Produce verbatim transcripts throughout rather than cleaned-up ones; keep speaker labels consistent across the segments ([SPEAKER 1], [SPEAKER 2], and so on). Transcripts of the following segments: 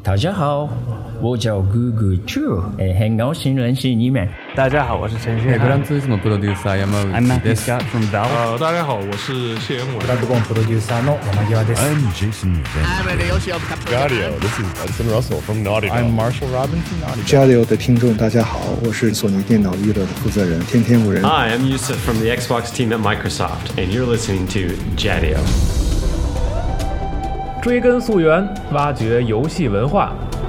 [SPEAKER 1] 大家好，我叫谷谷猪，哎，很高兴认识你们。
[SPEAKER 2] 大家好，我是陈旭。
[SPEAKER 3] グランツーリスモプロデューサー山内
[SPEAKER 2] I'm Matthew
[SPEAKER 3] です。
[SPEAKER 2] Scott from Valve。
[SPEAKER 4] 呃，大家好，我是谢元伟。
[SPEAKER 5] プラットフォームプロデューサーの山際です。
[SPEAKER 6] I'm Jason Van.
[SPEAKER 7] I'm Yoshi
[SPEAKER 6] Gadio. This is Hudson Russell from Naughty Dog.
[SPEAKER 5] I'm Marshall Robinson. Gadio 的听众大家好，我是索尼电脑娱乐的负责人天天无人。
[SPEAKER 8] Hi, I'm Yusuf from the Xbox team at Microsoft, and you're listening to Jadio。
[SPEAKER 9] 追根溯源，挖掘游戏文化，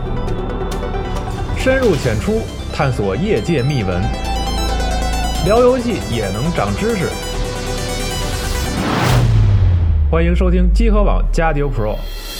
[SPEAKER 9] 深入浅出，探索业界秘闻，聊游戏也能长知识。欢迎收听机核网加迪欧 Pro。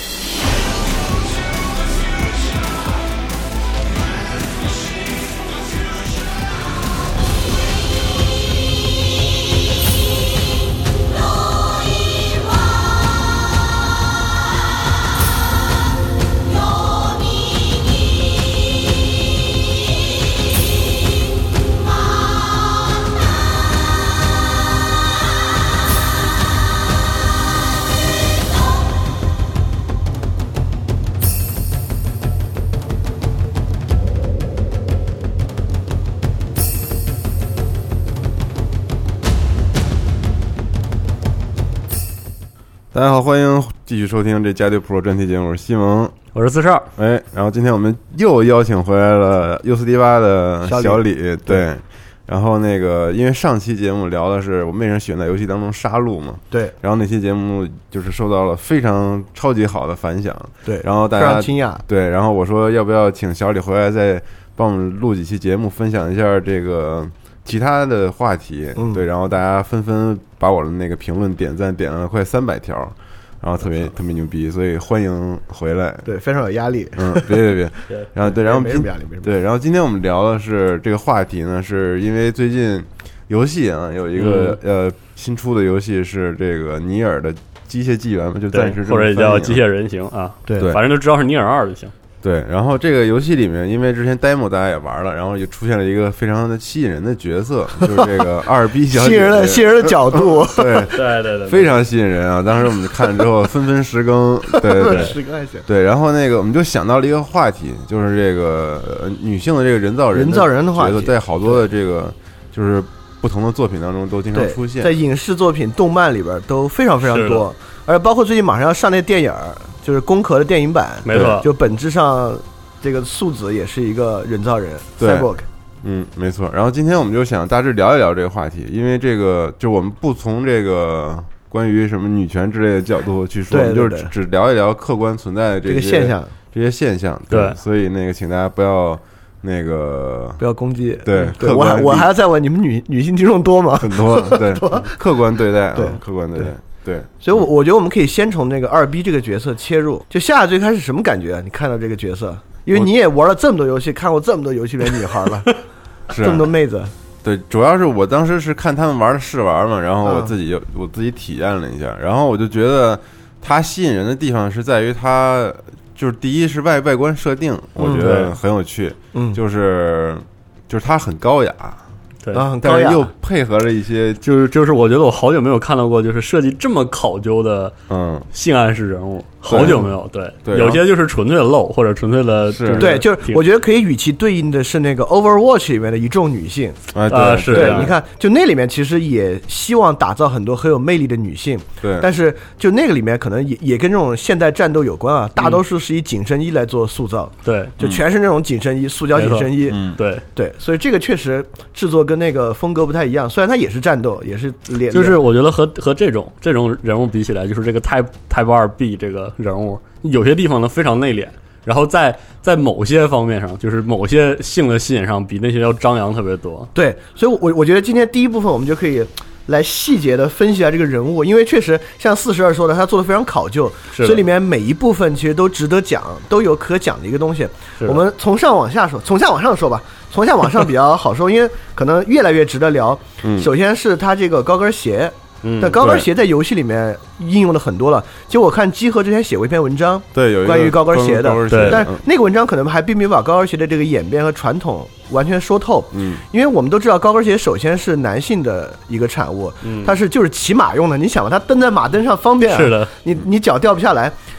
[SPEAKER 10] 大家好，欢迎继续收听这加迪 Pro 专题节目，我是西蒙，
[SPEAKER 2] 我是四少。
[SPEAKER 10] 哎，然后今天我们又邀请回来了 U 四 D 八 的小李，对。然后那个，因为上期节目聊的是我们为什么喜欢在游戏当中杀戮嘛，
[SPEAKER 7] 对。
[SPEAKER 10] 然后那期节目就是受到了非常超级好的反响，
[SPEAKER 7] 对。
[SPEAKER 10] 然后大家
[SPEAKER 7] 非常惊讶，
[SPEAKER 10] 对。然后我说要不要请小李回来再帮我们录几期节目，分享一下这个其他的话题，
[SPEAKER 7] 嗯、
[SPEAKER 10] 对。然后大家纷纷把我的那个评论点赞点了快三百条。然后特别特别牛逼，所以欢迎回来。
[SPEAKER 7] 对，非常有压力。
[SPEAKER 10] 嗯，别别别。然后对，然后
[SPEAKER 7] 没什么压力，没什么。
[SPEAKER 10] 对，然后今天我们聊的是这个话题呢，是因为最近游戏啊有一个、嗯、呃新出的游戏是这个尼尔的机械纪元嘛，就暂时
[SPEAKER 2] 或者叫机械人形啊，
[SPEAKER 7] 对，
[SPEAKER 2] 反正就知道是尼尔二就行。
[SPEAKER 10] 对，然后这个游戏里面，因为之前 demo 大家也玩了，然后也出现了一个非常的吸引人的角色，就是这个二 B 小姐，
[SPEAKER 7] 吸引人的吸引人的角度，
[SPEAKER 10] 对
[SPEAKER 2] 对对对，
[SPEAKER 10] 非常吸引人啊！当时我们看了之后纷纷十更，对对对，
[SPEAKER 7] 十更还行。
[SPEAKER 10] 对，然后那个我们就想到了一个话题，就是这个、呃、女性的这个人造人
[SPEAKER 7] 人造人的话题，
[SPEAKER 10] 在好多的这个就是不同的作品当中都经常出现，
[SPEAKER 7] 在影视作品、动漫里边都非常非常多，而且包括最近马上要上那电影，就是《攻壳》的电影版，
[SPEAKER 2] 没错，
[SPEAKER 7] 就本质上。这个素子也是一个人造人 ，cyborg。
[SPEAKER 10] 嗯，没错。然后今天我们就想大致聊一聊这个话题，因为这个就我们不从这个关于什么女权之类的角度去说，
[SPEAKER 7] 对对对，
[SPEAKER 10] 我们就是只聊一聊客观存在的这些
[SPEAKER 7] 这个现象，
[SPEAKER 10] 这些现象。
[SPEAKER 2] 对，
[SPEAKER 10] 对所以那个请大家不要那个
[SPEAKER 7] 不要攻击。
[SPEAKER 10] 对，
[SPEAKER 7] 对我还我还要再问你们女女性听众多吗？
[SPEAKER 10] 很多，对，客观对待啊，
[SPEAKER 7] 对，
[SPEAKER 10] 客观对待。对，
[SPEAKER 7] 所以我，我觉得我们可以先从那个二 B 这个角色切入。就夏夏最开始什么感觉啊？你看到这个角色？因为你也玩了这么多游戏，看过这么多游戏里的女孩了，
[SPEAKER 10] 是、啊、
[SPEAKER 7] 这么多妹子。
[SPEAKER 10] 对，主要是我当时是看他们玩的试玩嘛，然后我自己就、嗯、我自己体验了一下，然后我就觉得它吸引人的地方是在于它就是第一是外外观设定，我觉得很有趣，
[SPEAKER 7] 嗯，
[SPEAKER 10] 就是就是它很高雅。
[SPEAKER 2] 对，
[SPEAKER 7] 啊，
[SPEAKER 10] 但是又配合了一些，
[SPEAKER 2] 就是就是，我觉得我好久没有看到过，就是设计这么考究的，
[SPEAKER 10] 嗯，
[SPEAKER 2] 性暗示人物，好久没有。对，
[SPEAKER 10] 对，
[SPEAKER 2] 有些就是纯粹的露，或者纯粹的，
[SPEAKER 10] 是
[SPEAKER 7] 对，就是我觉得可以与其对应的是那个 Overwatch 里面的一众女性
[SPEAKER 10] 啊，对，
[SPEAKER 2] 是
[SPEAKER 7] 对，你看，就那里面其实也希望打造很多很有魅力的女性，
[SPEAKER 10] 对，
[SPEAKER 7] 但是就那个里面可能也也跟这种现代战斗有关啊，大多数是以紧身衣来做塑造，
[SPEAKER 2] 对，
[SPEAKER 7] 就全是那种紧身衣，塑胶紧身衣，
[SPEAKER 10] 嗯，
[SPEAKER 2] 对
[SPEAKER 7] 对，所以这个确实制作跟那个风格不太一样，虽然它也是战斗，也是脸，
[SPEAKER 2] 就是我觉得和和这种这种人物比起来，就是这个 Type Type 二 B 这个人物，有些地方呢非常内敛，然后在在某些方面上，就是某些性的吸引上，比那些要张扬特别多。
[SPEAKER 7] 对，所以我我觉得今天第一部分我们就可以来细节的分析一下这个人物，因为确实像四十二说的，他做的非常考究，所以里面每一部分其实都值得讲，都有可讲的一个东西。我们从上往下说，从下往上说吧，从下往上比较好说，因为可能越来越值得聊。
[SPEAKER 10] 嗯、
[SPEAKER 7] 首先是他这个高跟鞋。
[SPEAKER 10] 嗯，
[SPEAKER 7] 但高跟鞋在游戏里面应用的很多了。其实我看基和之前写过一篇文章，
[SPEAKER 10] 对，有一个
[SPEAKER 7] 关于高跟鞋的，
[SPEAKER 10] 对，
[SPEAKER 7] 但那个文章可能还并没有把高跟鞋的这个演变和传统完全说透。
[SPEAKER 10] 嗯，
[SPEAKER 7] 因为我们都知道高跟鞋首先是男性的一个产物，
[SPEAKER 2] 嗯，
[SPEAKER 7] 它是就是骑马用的。你想吧，它蹬在马蹬上方便啊，
[SPEAKER 2] 是的，
[SPEAKER 7] 你你脚掉不下来。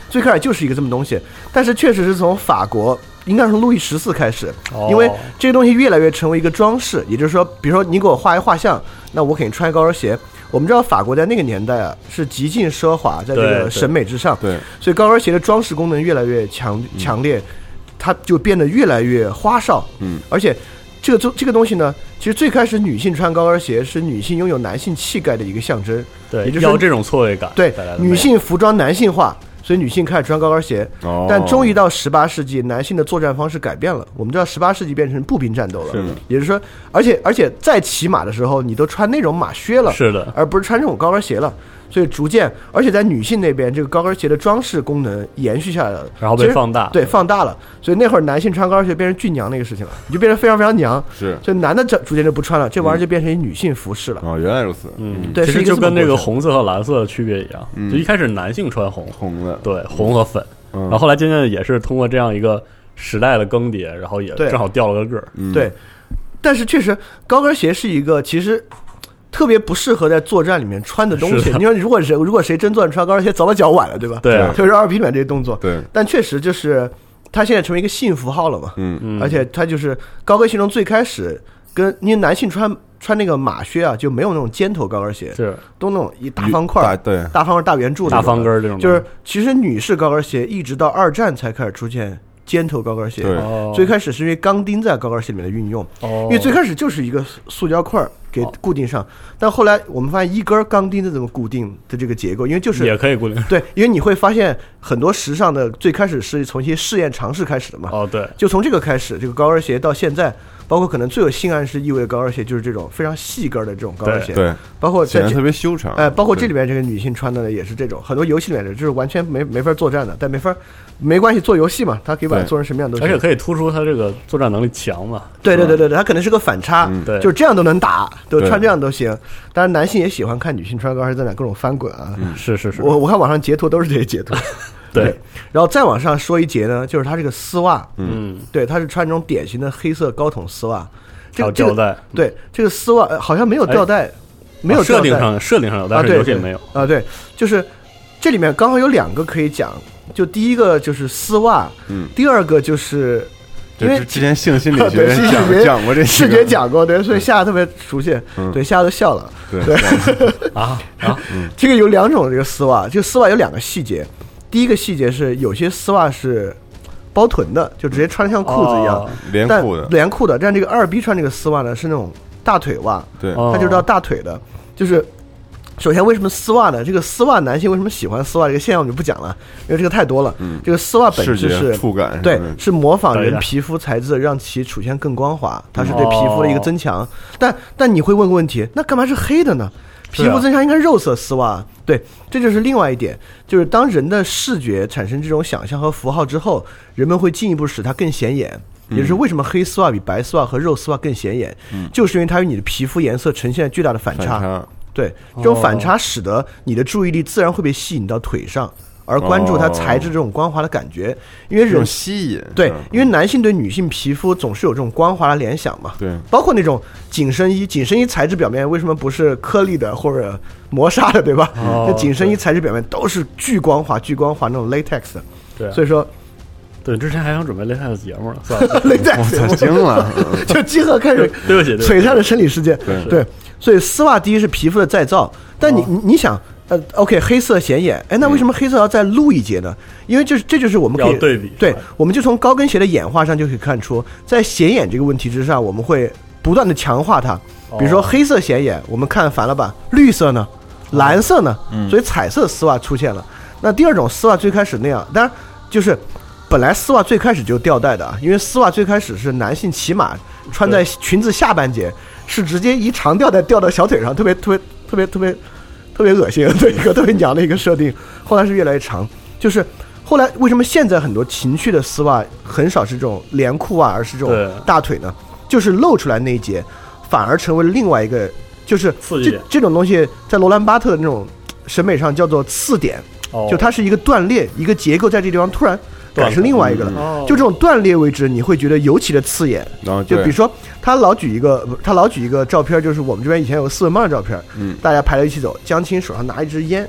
[SPEAKER 7] 最开始就是一个这么东西，但是确实是从法国。应该是从路易十四开始，因为这个东西越来越成为一个装饰，也就是说，比如说你给我画一画像，那我给你穿高跟鞋。我们知道法国在那个年代啊是极尽奢华，在这个审美之上，
[SPEAKER 10] 对，
[SPEAKER 7] 所以高跟鞋的装饰功能越来越强强烈，它就变得越来越花哨，
[SPEAKER 10] 嗯，
[SPEAKER 7] 而且这个这个东西呢，其实最开始女性穿高跟鞋是女性拥有男性气概的一个象征，
[SPEAKER 2] 对，
[SPEAKER 7] 也就是
[SPEAKER 2] 要这种错位感，
[SPEAKER 7] 对，女性服装男性化。所以女性开始穿高跟鞋，
[SPEAKER 10] 哦、
[SPEAKER 7] 但终于到十八世纪，男性的作战方式改变了。我们知道十八世纪变成步兵战斗了，
[SPEAKER 10] 是的，
[SPEAKER 7] 也就是说，而且而且在骑马的时候，你都穿那种马靴了，
[SPEAKER 2] 是的，
[SPEAKER 7] 而不是穿这种高跟鞋了。所以逐渐，而且在女性那边，这个高跟鞋的装饰功能延续下来了，
[SPEAKER 2] 然后被放大，
[SPEAKER 7] 对，放大了。所以那会儿男性穿高跟鞋变成俊娘那个事情了，你就变成非常非常娘。
[SPEAKER 10] 是，
[SPEAKER 7] 所以男的逐渐就不穿了，这玩意儿就变成女性服饰了。
[SPEAKER 10] 哦，原来如此。
[SPEAKER 2] 嗯，
[SPEAKER 7] 对，
[SPEAKER 2] 其实就跟那个
[SPEAKER 7] 红
[SPEAKER 2] 红色和蓝色的区别一样，
[SPEAKER 10] 嗯、
[SPEAKER 2] 就一开始男性穿红，
[SPEAKER 10] 红的，
[SPEAKER 2] 对，红和粉，
[SPEAKER 10] 嗯、
[SPEAKER 2] 然后后来渐渐的也是通过这样一个时代的更迭，然后也正好掉了个个儿。
[SPEAKER 10] 嗯、
[SPEAKER 7] 对，但是确实高跟鞋是一个其实。特别不适合在作战里面穿的东西。你说，如果谁如果谁真作战穿高跟鞋，早把脚崴了，对吧？
[SPEAKER 2] 对、啊，
[SPEAKER 7] 特别是二 P 里面这些动作。
[SPEAKER 10] 对，
[SPEAKER 7] 但确实就是它现在成为一个性符号了嘛。
[SPEAKER 10] 嗯
[SPEAKER 2] 嗯。
[SPEAKER 7] 而且它就是高跟鞋中最开始跟因为男性穿穿那个马靴啊，就没有那种尖头高跟鞋，
[SPEAKER 2] 是
[SPEAKER 7] 都那种一大方块，
[SPEAKER 10] 大对
[SPEAKER 7] 大方块大圆柱
[SPEAKER 2] 大方跟这种。
[SPEAKER 7] 就是其实女士高跟鞋一直到二战才开始出现。尖头高跟鞋，
[SPEAKER 10] 对，
[SPEAKER 7] 最开始是因为钢钉在高跟鞋里面的运用，
[SPEAKER 2] 哦、
[SPEAKER 7] 因为最开始就是一个塑胶块给固定上，哦、但后来我们发现一根钢钉的这么固定的这个结构，因为就是
[SPEAKER 2] 也可以固定，
[SPEAKER 7] 对，因为你会发现很多时尚的最开始是从一些试验尝试开始的嘛，
[SPEAKER 2] 哦对，
[SPEAKER 7] 就从这个开始，这个高跟鞋到现在。包括可能最有性暗示意味的高跟鞋，就是这种非常细跟的这种高跟鞋，
[SPEAKER 10] 对，
[SPEAKER 7] 包括
[SPEAKER 10] 显得特别修长，
[SPEAKER 7] 哎，包括这里面这个女性穿的呢也是这种，很多游戏里面的就是完全没没法作战的，但没法没关系，做游戏嘛，它可以把它做成什么样都行，
[SPEAKER 2] 而且可以突出它这个作战能力强嘛，
[SPEAKER 7] 对对对对对，它可能是个反差，
[SPEAKER 10] 嗯、
[SPEAKER 2] 对，
[SPEAKER 7] 就是这样都能打，都穿这样都行。当然，男性也喜欢看女性穿高跟鞋在那各种翻滚啊，
[SPEAKER 10] 嗯、
[SPEAKER 2] 是是是，
[SPEAKER 7] 我我看网上截图都是这些截图。
[SPEAKER 2] 对,
[SPEAKER 7] 对，然后再往上说一节呢，就是它这个丝袜，
[SPEAKER 2] 嗯，
[SPEAKER 7] 对，它是穿这种典型的黑色高筒丝袜。
[SPEAKER 2] 还有吊带，
[SPEAKER 7] 对，这个丝袜好像没有吊带，没有
[SPEAKER 2] 设定上设定上有，但是游戏没有
[SPEAKER 7] 啊。对，就是这里面刚好有两个可以讲，就第一个就是丝袜，
[SPEAKER 10] 嗯，
[SPEAKER 7] 第二个就是因为
[SPEAKER 10] 之前性心理学讲讲过这
[SPEAKER 7] 视觉讲过，对，所以夏特别熟悉，对，夏都笑了，对
[SPEAKER 2] 啊啊，
[SPEAKER 7] 这个有两种这个丝袜，这个丝袜有两个细节，第一个细节是有些丝袜是。包臀的就直接穿像裤子一样，
[SPEAKER 10] 哦、连裤的，
[SPEAKER 7] 连裤的。但这个二 B 穿这个丝袜呢是那种大腿袜，
[SPEAKER 10] 对，
[SPEAKER 7] 它就叫大腿的。就是首先为什么丝袜呢？这个丝袜男性为什么喜欢丝袜？这个现象我们就不讲了，因为这个太多了。
[SPEAKER 10] 嗯，
[SPEAKER 7] 这个丝袜本质是
[SPEAKER 10] 触感，
[SPEAKER 7] 对，是模仿人皮肤材质，让其出现更光滑，它是对皮肤的一个增强。哦、但但你会问个问题，那干嘛是黑的呢？皮肤增强应该肉色丝袜，对，这就是另外一点，就是当人的视觉产生这种想象和符号之后，人们会进一步使它更显眼，也就是为什么黑丝袜比白丝袜和肉丝袜更显眼，
[SPEAKER 10] 嗯、
[SPEAKER 7] 就是因为它与你的皮肤颜色呈现巨大的反差，
[SPEAKER 10] 反差
[SPEAKER 7] 对，这种反差使得你的注意力自然会被吸引到腿上。而关注它材质这种光滑的感觉，哦、因为人
[SPEAKER 10] 这种吸引，
[SPEAKER 7] 对，因为男性对女性皮肤总是有这种光滑的联想嘛，
[SPEAKER 10] 对，
[SPEAKER 7] 包括那种紧身衣，紧身衣材质表面为什么不是颗粒的或者磨砂的，对吧？
[SPEAKER 2] 哦、
[SPEAKER 7] 那紧身衣材质表面都是巨光滑、巨光滑那种 latex 的，
[SPEAKER 2] 对，
[SPEAKER 7] 所以说，
[SPEAKER 2] 对，之前还想准备 latex 节目了，算了
[SPEAKER 7] ，latex
[SPEAKER 10] 我惊了，
[SPEAKER 7] 就集合开始，
[SPEAKER 2] 对不起，
[SPEAKER 7] 璀璨的生理世界，
[SPEAKER 10] 对
[SPEAKER 7] 对，所以丝袜第一是皮肤的再造，但你、哦、你想。呃 ，OK， 黑色显眼，哎，那为什么黑色要再露一截呢？因为这这就是我们可以
[SPEAKER 2] 对比，
[SPEAKER 7] 对，我们就从高跟鞋的演化上就可以看出，在显眼这个问题之上，我们会不断的强化它。比如说黑色显眼，我们看烦了吧？绿色呢？蓝色呢？所以彩色丝袜出现了。那第二种丝袜最开始那样，当然就是本来丝袜最开始就吊带的啊，因为丝袜最开始是男性骑马穿在裙子下半截，是直接一长吊带吊到小腿上，特别特别特别特别。特别恶心的一个特别娘的一个设定，后来是越来越长，就是后来为什么现在很多情趣的丝袜很少是这种连裤袜，而是这种大腿呢？就是露出来那一截，反而成为了另外一个，就是这这种东西在罗兰巴特的那种审美上叫做刺点，
[SPEAKER 2] 哦、
[SPEAKER 7] 就它是一个断裂，一个结构在这地方突然改成另外一个了，
[SPEAKER 2] 嗯、
[SPEAKER 7] 就这种断裂位置，你会觉得尤其的刺眼。
[SPEAKER 10] 哦、
[SPEAKER 7] 就比如说，他老举一个，他老举一个照片，就是我们这边以前有个四文帮的照片，
[SPEAKER 10] 嗯，
[SPEAKER 7] 大家排在一起走，江青手上拿一支烟，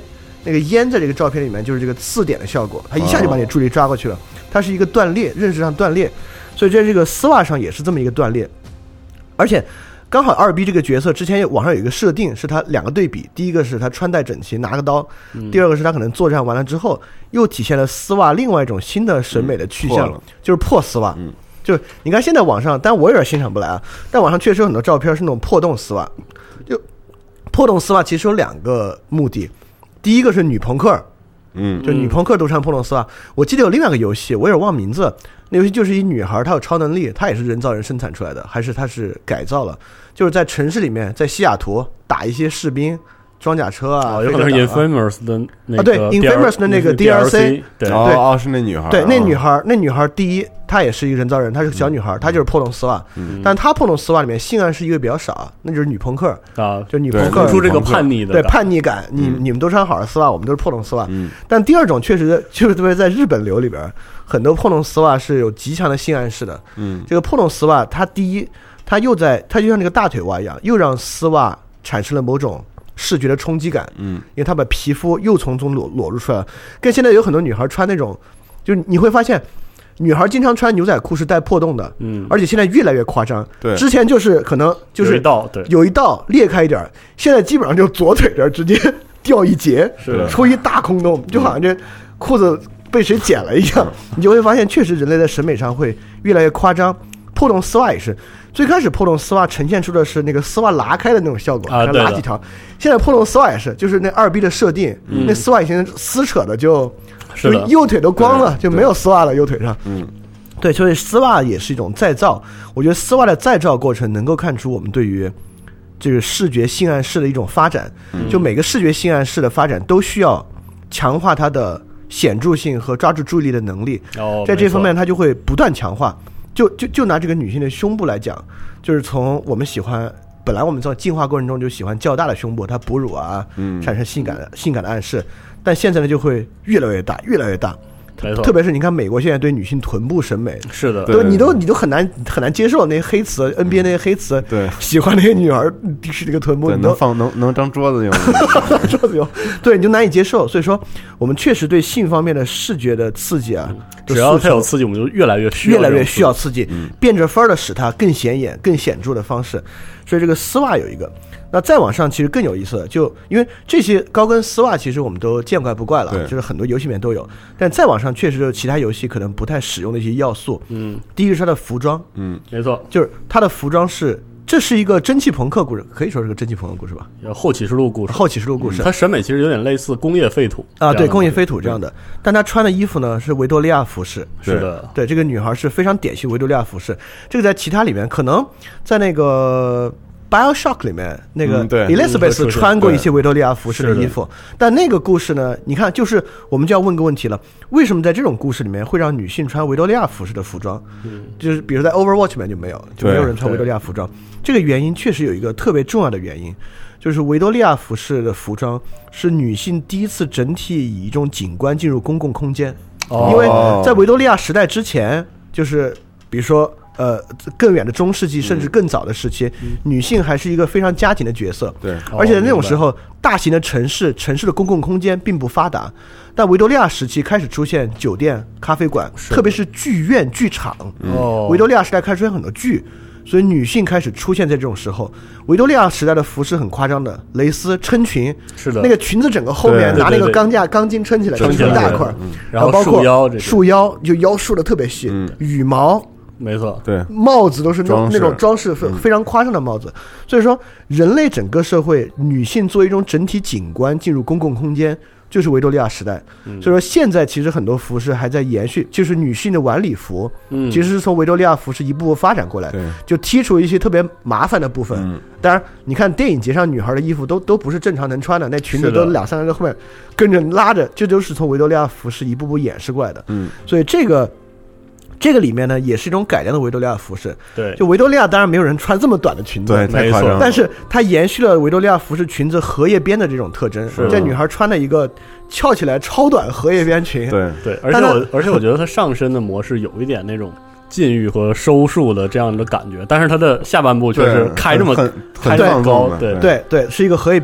[SPEAKER 7] 那个烟在这个照片里面就是这个刺点的效果，它一下就把你注意力抓过去了。它是一个断裂，认识上断裂，所以在这个丝袜上也是这么一个断裂。而且刚好二 B 这个角色之前网上有一个设定，是他两个对比，第一个是他穿戴整齐拿个刀，
[SPEAKER 2] 嗯、
[SPEAKER 7] 第二个是他可能作战完了之后又体现了丝袜另外一种新的审美的趋向，
[SPEAKER 10] 嗯、
[SPEAKER 7] 就是破丝袜。
[SPEAKER 10] 嗯，
[SPEAKER 7] 就是你看现在网上，但我有点欣赏不来啊，但网上确实有很多照片是那种破洞丝袜。就破洞丝袜其实有两个目的，第一个是女朋克，
[SPEAKER 10] 嗯，
[SPEAKER 7] 就女朋克都穿破洞丝袜。我记得有另外一个游戏，我有点忘名字，那游戏就是一女孩，她有超能力，她也是人造人生产出来的，还是她是改造了？就是在城市里面，在西雅图打一些士兵、装甲车啊，
[SPEAKER 2] 哦、有可能是 Infamous 的那个
[SPEAKER 7] 啊，对 ，Infamous 的那个 D L C，
[SPEAKER 2] 对，
[SPEAKER 10] 哦哦，是那女孩，
[SPEAKER 7] 对，那女孩，那女孩第一，她也是一个人造人，她是个小女孩，她就是破洞丝袜，
[SPEAKER 10] 嗯、
[SPEAKER 7] 但她破洞丝袜里面性暗示意味比较少，那就是女朋克
[SPEAKER 2] 啊，
[SPEAKER 7] 就女朋克
[SPEAKER 2] 突出这个叛逆的，
[SPEAKER 7] 对叛逆感，你、
[SPEAKER 10] 嗯、
[SPEAKER 7] 你们都穿好的丝袜，我们都是破洞丝袜。
[SPEAKER 10] 嗯，
[SPEAKER 7] 但第二种确实就是特别在日本流里边，很多破洞丝袜是有极强的性暗示的。
[SPEAKER 10] 嗯，
[SPEAKER 7] 这个破洞丝袜，它第一，它又在，它就像那个大腿袜一样，又让丝袜产生了某种视觉的冲击感，
[SPEAKER 10] 嗯，
[SPEAKER 7] 因为它把皮肤又从中裸裸露出来了。跟现在有很多女孩穿那种，就是你会发现，女孩经常穿牛仔裤是带破洞的，
[SPEAKER 2] 嗯，
[SPEAKER 7] 而且现在越来越夸张。
[SPEAKER 10] 对，
[SPEAKER 7] 之前就是可能就是
[SPEAKER 2] 有一道，对，
[SPEAKER 7] 有一道裂开一点，现在基本上就左腿这儿直接掉一截，
[SPEAKER 2] 是
[SPEAKER 7] 出一大空洞，就好像这裤子被谁剪了一样。你就会发现，确实人类在审美上会越来越夸张。破洞丝袜也是，最开始破洞丝袜呈现出的是那个丝袜拉开的那种效果，
[SPEAKER 2] 啊，
[SPEAKER 7] 拉几条。现在破洞丝袜也是，就是那二 B 的设定，
[SPEAKER 2] 嗯、
[SPEAKER 7] 那丝袜以前撕扯的就，
[SPEAKER 2] 是的，
[SPEAKER 7] 右腿都光了，就没有丝袜了，右腿上。
[SPEAKER 10] 嗯，
[SPEAKER 7] 对，所以丝袜也是一种再造。我觉得丝袜的再造过程能够看出我们对于这个视觉性暗示的一种发展。
[SPEAKER 10] 嗯、
[SPEAKER 7] 就每个视觉性暗示的发展都需要强化它的显著性和抓住注意力的能力。
[SPEAKER 2] 哦，
[SPEAKER 7] 在这方面它就会不断强化。就就就拿这个女性的胸部来讲，就是从我们喜欢，本来我们在进化过程中就喜欢较大的胸部，它哺乳啊，
[SPEAKER 10] 嗯，
[SPEAKER 7] 产生性感的性感的暗示，但现在呢就会越来越大，越来越大。
[SPEAKER 2] 没错，
[SPEAKER 7] 特别是你看美国现在对女性臀部审美，
[SPEAKER 2] 是的，
[SPEAKER 7] 都你都你都很难很难接受那些黑词 N B A 那些黑词，
[SPEAKER 10] 对，
[SPEAKER 7] 喜欢那些女孩是这个臀部，
[SPEAKER 10] 你能放能能当桌子用，
[SPEAKER 7] 桌子用，对，你就难以接受。所以说，我们确实对性方面的视觉的刺激啊，
[SPEAKER 2] 只要它有刺激，我们就越来越需要
[SPEAKER 7] 越来越需要刺激，
[SPEAKER 10] 嗯、
[SPEAKER 7] 变着法儿的使它更显眼、更显著的方式。所以这个丝袜有一个。那再往上其实更有意思了，就因为这些高跟丝袜其实我们都见怪不怪了，就是很多游戏里面都有，但再往上确实有其他游戏可能不太使用的一些要素。
[SPEAKER 2] 嗯，
[SPEAKER 7] 第一个是它的服装，
[SPEAKER 2] 嗯，没错，
[SPEAKER 7] 就是它的服装是，这是一个蒸汽朋克故事，可以说是个蒸汽朋克故事吧？
[SPEAKER 2] 后启示录故事，
[SPEAKER 7] 后启示录故事，
[SPEAKER 2] 嗯、它审美其实有点类似工业废土
[SPEAKER 7] 啊，对，工业废土这样的，但她穿的衣服呢是维多利亚服饰，
[SPEAKER 2] 是的，
[SPEAKER 7] 对，这个女孩是非常典型维多利亚服饰，这个在其他里面可能在那个。BioShock 里面那个 Elizabeth 穿过一些维多利亚服饰的衣服，嗯、但那个故事呢，你看，就是我们就要问个问题了：为什么在这种故事里面会让女性穿维多利亚服饰的服装？
[SPEAKER 2] 嗯、
[SPEAKER 7] 就是比如在 Overwatch 里面就没有，就没有人穿维多利亚服装。这个原因确实有一个特别重要的原因，就是维多利亚服饰的服装是女性第一次整体以一种景观进入公共空间，
[SPEAKER 2] 哦、
[SPEAKER 7] 因为在维多利亚时代之前，就是比如说。呃，更远的中世纪甚至更早的时期，嗯、女性还是一个非常家庭的角色。
[SPEAKER 10] 对，
[SPEAKER 7] 而且在那种时候，大型的城市、城市的公共空间并不发达。但维多利亚时期开始出现酒店、咖啡馆，特别是剧院、剧场。
[SPEAKER 2] 哦，
[SPEAKER 7] 维多利亚时代开始出现很多剧，所以女性开始出现在这种时候。维多利亚时代的服饰很夸张的，蕾丝撑裙，
[SPEAKER 2] 是的，
[SPEAKER 7] 那个裙子整个后面拿那个钢架、钢筋撑起来，撑起来一大块，
[SPEAKER 2] 嗯、
[SPEAKER 7] 然后包括
[SPEAKER 2] 束腰，
[SPEAKER 7] 束腰就腰束的特别细，
[SPEAKER 10] 嗯、
[SPEAKER 7] 羽毛。
[SPEAKER 2] 没错，
[SPEAKER 10] 对，
[SPEAKER 7] 帽子都是那种那种装饰非非常夸张的帽子，嗯、所以说人类整个社会女性作为一种整体景观进入公共空间，就是维多利亚时代。
[SPEAKER 2] 嗯、
[SPEAKER 7] 所以说现在其实很多服饰还在延续，就是女性的晚礼服，
[SPEAKER 2] 嗯、
[SPEAKER 7] 其实是从维多利亚服饰一步步发展过来，就剔除一些特别麻烦的部分。
[SPEAKER 10] 嗯、
[SPEAKER 7] 当然，你看电影节上女孩的衣服都都不是正常能穿的，那裙子都两三个人后面跟着拉着，这都是从维多利亚服饰一步步演示过来的。
[SPEAKER 10] 嗯，
[SPEAKER 7] 所以这个。这个里面呢，也是一种改良的维多利亚服饰。
[SPEAKER 2] 对，
[SPEAKER 7] 就维多利亚当然没有人穿这么短的裙子，
[SPEAKER 10] 对，太夸张了。
[SPEAKER 7] 但是它延续了维多利亚服饰裙子荷叶边的这种特征。这女孩穿了一个翘起来超短荷叶边裙。
[SPEAKER 10] 对
[SPEAKER 2] 对，而且我而且我觉得它上身的模式有一点那种禁欲和收束的这样的感觉，但是它的下半部却是开这么
[SPEAKER 10] 很
[SPEAKER 2] 开这么高，对
[SPEAKER 7] 对对，是一个荷叶边。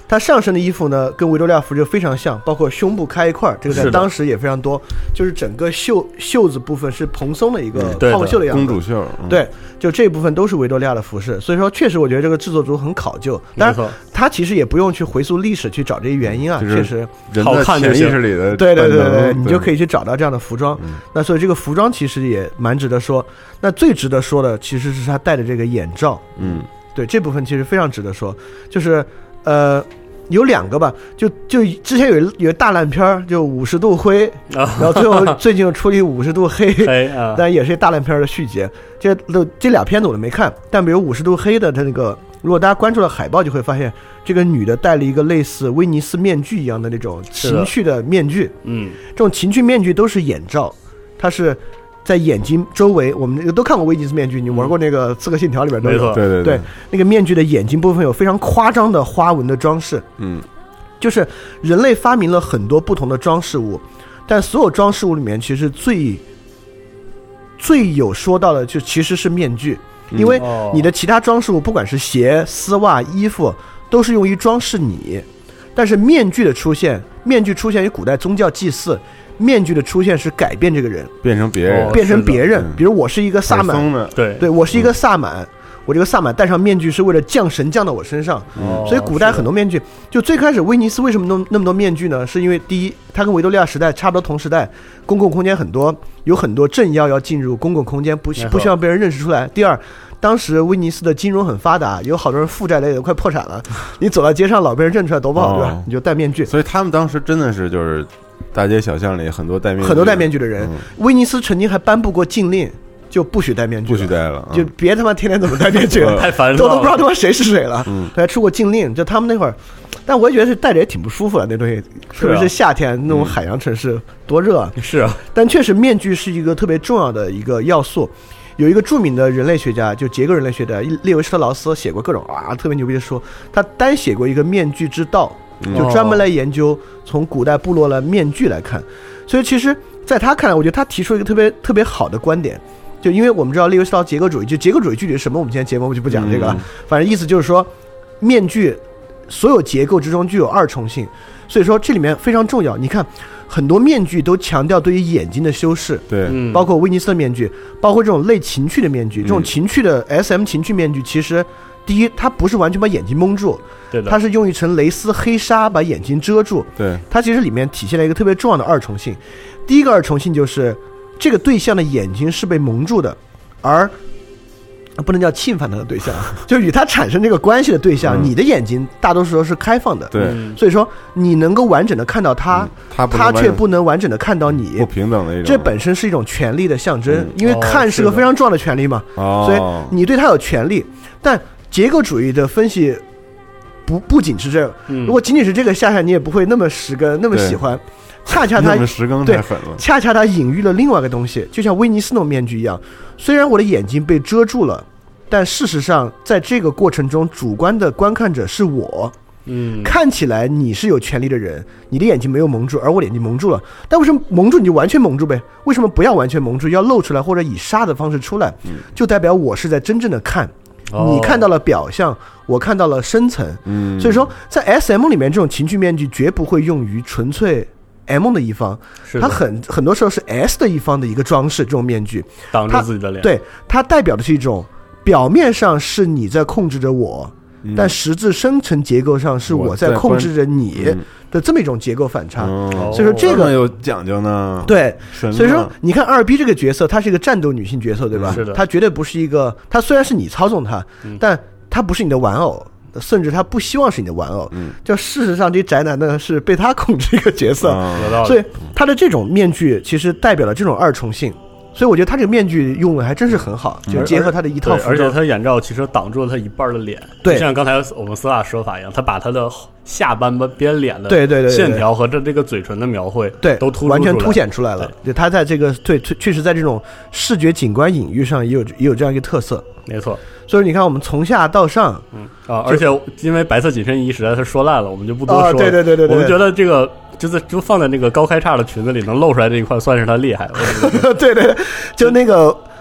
[SPEAKER 7] 它上身的衣服呢跟维多利亚服就非常像，包括胸部开一块，这个在当时也非常多，就是整个袖袖子部分是蓬松的一个胖袖的样子，
[SPEAKER 10] 公主袖、
[SPEAKER 7] 嗯、对，就这部分都是维多利亚的服饰，所以说确实我觉得这个制作组很考究，当然他其实也不用去回溯历史去找这些原因啊，确实
[SPEAKER 10] 好看潜意识里的，
[SPEAKER 7] 对对对对对，你就可以去找到这样的服装、嗯、那所以这个服装其实也蛮值得说，那最值得说的其实是他戴的这个眼罩，
[SPEAKER 10] 嗯，
[SPEAKER 7] 对，这部分其实非常值得说，就是呃有两个吧，就就之前有有大烂片就五十度灰、哦、然后最后最近又出了五十度黑，
[SPEAKER 2] 黑啊，
[SPEAKER 7] 但也是大烂片的续集，这这俩片子我都没看，但比如五十度黑的它那个，如果大家关注了海报就会发现这个女的戴了一个类似威尼斯面具一样的那种情趣的面具，
[SPEAKER 2] 嗯，
[SPEAKER 7] 这种情趣面具都是眼罩，它是在眼睛周围，我们都看过威尼斯面具，你玩过那个《刺客信条》里边都有，
[SPEAKER 10] 对对
[SPEAKER 7] 对, 对，那个面具的眼睛部分有非常夸张的花纹的装饰，
[SPEAKER 10] 嗯，
[SPEAKER 7] 就是人类发明了很多不同的装饰物，但所有装饰物里面其实最最有说到的就其实是面具，因为你的其他装饰物不管是鞋、丝袜、衣服都是用于装饰你，但是面具的出现，面具出现于古代宗教祭祀，面具的出现是改变这个人，
[SPEAKER 10] 变成别人，
[SPEAKER 7] 变成别人。比如我是一个萨满，
[SPEAKER 2] 对
[SPEAKER 7] 对，我是一个萨满，嗯、我这个萨满戴上面具是为了降神降到我身上，
[SPEAKER 2] 哦、
[SPEAKER 7] 所以古代很多面具，就最开始威尼斯为什么弄那么多面具呢？是因为第一，它跟维多利亚时代差不多同时代，公共空间很多，有很多政要要进入公共空间，不不希望被人认识出来。第二，当时威尼斯的金融很发达，有好多人负债类的快破产了，你走到街上老被人认出来多不好，对吧？
[SPEAKER 10] 哦、
[SPEAKER 7] 你就戴面具。
[SPEAKER 10] 所以他们当时真的是就是大街小巷里很多戴面具
[SPEAKER 7] 很多戴面具的人、嗯。威尼斯曾经还颁布过禁令，就不许戴面具，
[SPEAKER 10] 不许戴了，
[SPEAKER 7] 就别他妈天天怎么戴面具了，
[SPEAKER 2] 太烦了，
[SPEAKER 7] 都都不知道他妈谁是谁了。
[SPEAKER 10] 嗯，
[SPEAKER 7] 还出过禁令，就他们那会儿，但我也觉得是戴着也挺不舒服的那东西，特别是夏天那种海洋城市、嗯、多热啊。
[SPEAKER 2] 是啊，
[SPEAKER 7] 但确实面具是一个特别重要的一个要素。有一个著名的人类学家，就捷克人类学家列维施特劳斯写过各种啊特别牛逼的书，他单写过一个面具之道，就专门来研究从古代部落的面具来看。所以其实在他看来，我觉得他提出一个特别特别好的观点，就因为我们知道列维施特劳斯结构主义，就结构主义具体是什么，我们今天节目就不讲这个了、嗯、反正意思就是说面具所有结构之中具有二重性，所以说这里面非常重要。你看很多面具都强调对于眼睛的修饰，
[SPEAKER 10] 对，
[SPEAKER 7] 包括威尼斯的面具，包括这种类情趣的面具，这种情趣的 S M 情趣面具，其实第一它不是完全把眼睛蒙住，
[SPEAKER 2] 对的，
[SPEAKER 7] 它是用一层蕾丝黑纱把眼睛遮住，
[SPEAKER 10] 对，
[SPEAKER 7] 它其实里面体现了一个特别重要的二重性。第一个二重性就是这个对象的眼睛是被蒙住的，而不能叫侵犯他的对象，就是与他产生这个关系的对象、嗯、你的眼睛大多数时候是开放的，
[SPEAKER 10] 对，
[SPEAKER 7] 所以说你能够完整的看到他、嗯、他, 他却不能完整的看到你，
[SPEAKER 10] 不平等的一种，
[SPEAKER 7] 这本身是一种权利的象征、嗯、因为看是个非常重要的权利嘛、哦、所以你对他有权利。但结构主义的分析不不仅是这个、嗯、如果仅仅是这个下下你也不会那么实根那么喜欢，恰恰它对，恰恰它隐喻了另外一个东西，就像威尼斯那种面具一样，虽然我的眼睛被遮住了，但事实上在这个过程中主观的观看者是我，
[SPEAKER 2] 嗯，
[SPEAKER 7] 看起来你是有权利的人，你的眼睛没有蒙住，而我的眼睛蒙住了，但为什么蒙住你就完全蒙住呗？为什么不要完全蒙住，要露出来或者以纱的方式出来，就代表我是在真正的看，你看到了表象，我看到了深层，
[SPEAKER 10] 嗯，
[SPEAKER 7] 所以说在 S M 里面这种情趣面具绝不会用于纯粹M 的一方，它很很多时候是 S 的一方的一个装饰，这种面具
[SPEAKER 2] 挡着自己的脸，
[SPEAKER 7] 对，它代表的是一种表面上是你在控制着我、嗯、但实质深层结构上是我在控制着你的这么一种结构反差、嗯、所以说这个
[SPEAKER 10] 有讲究呢，
[SPEAKER 7] 对，所以说你看二 B 这个角色，她是一个战斗女性角色，对吧？
[SPEAKER 2] 是的，
[SPEAKER 7] 她绝对不是一个，她虽然是你操纵她、嗯、但她不是你的玩偶，甚至他不希望是你的玩偶，
[SPEAKER 10] 嗯，
[SPEAKER 7] 就事实上这宅男呢是被他控制一个角色，
[SPEAKER 2] 嗯、
[SPEAKER 7] 所以他的这种面具其实代表了这种二重性，所以我觉得他这个面具用的还真是很好，就结合他的一套服装，
[SPEAKER 2] 而且他眼罩其实挡住了他一半的脸，
[SPEAKER 7] 对，
[SPEAKER 2] 就像刚才我们司法说法一样，他把他的下半边脸的
[SPEAKER 7] 对对对
[SPEAKER 2] 线条和这这个嘴唇的描绘，
[SPEAKER 7] 对，
[SPEAKER 2] 都突
[SPEAKER 7] 完全凸显出来了。就他在这个对确实在这种视觉景观隐喻上也有也有这样一个特色，
[SPEAKER 2] 没错。
[SPEAKER 7] 所以你看，我们从下到上，
[SPEAKER 2] 嗯啊，而且因为白色紧身衣实在是说烂了，我们就不多说了。
[SPEAKER 7] 哦、对, 对, 对对对对，
[SPEAKER 2] 我们觉得这个就是就放在那个高开叉的裙子里能露出来这一块，算是他厉害。
[SPEAKER 7] 对对，就那个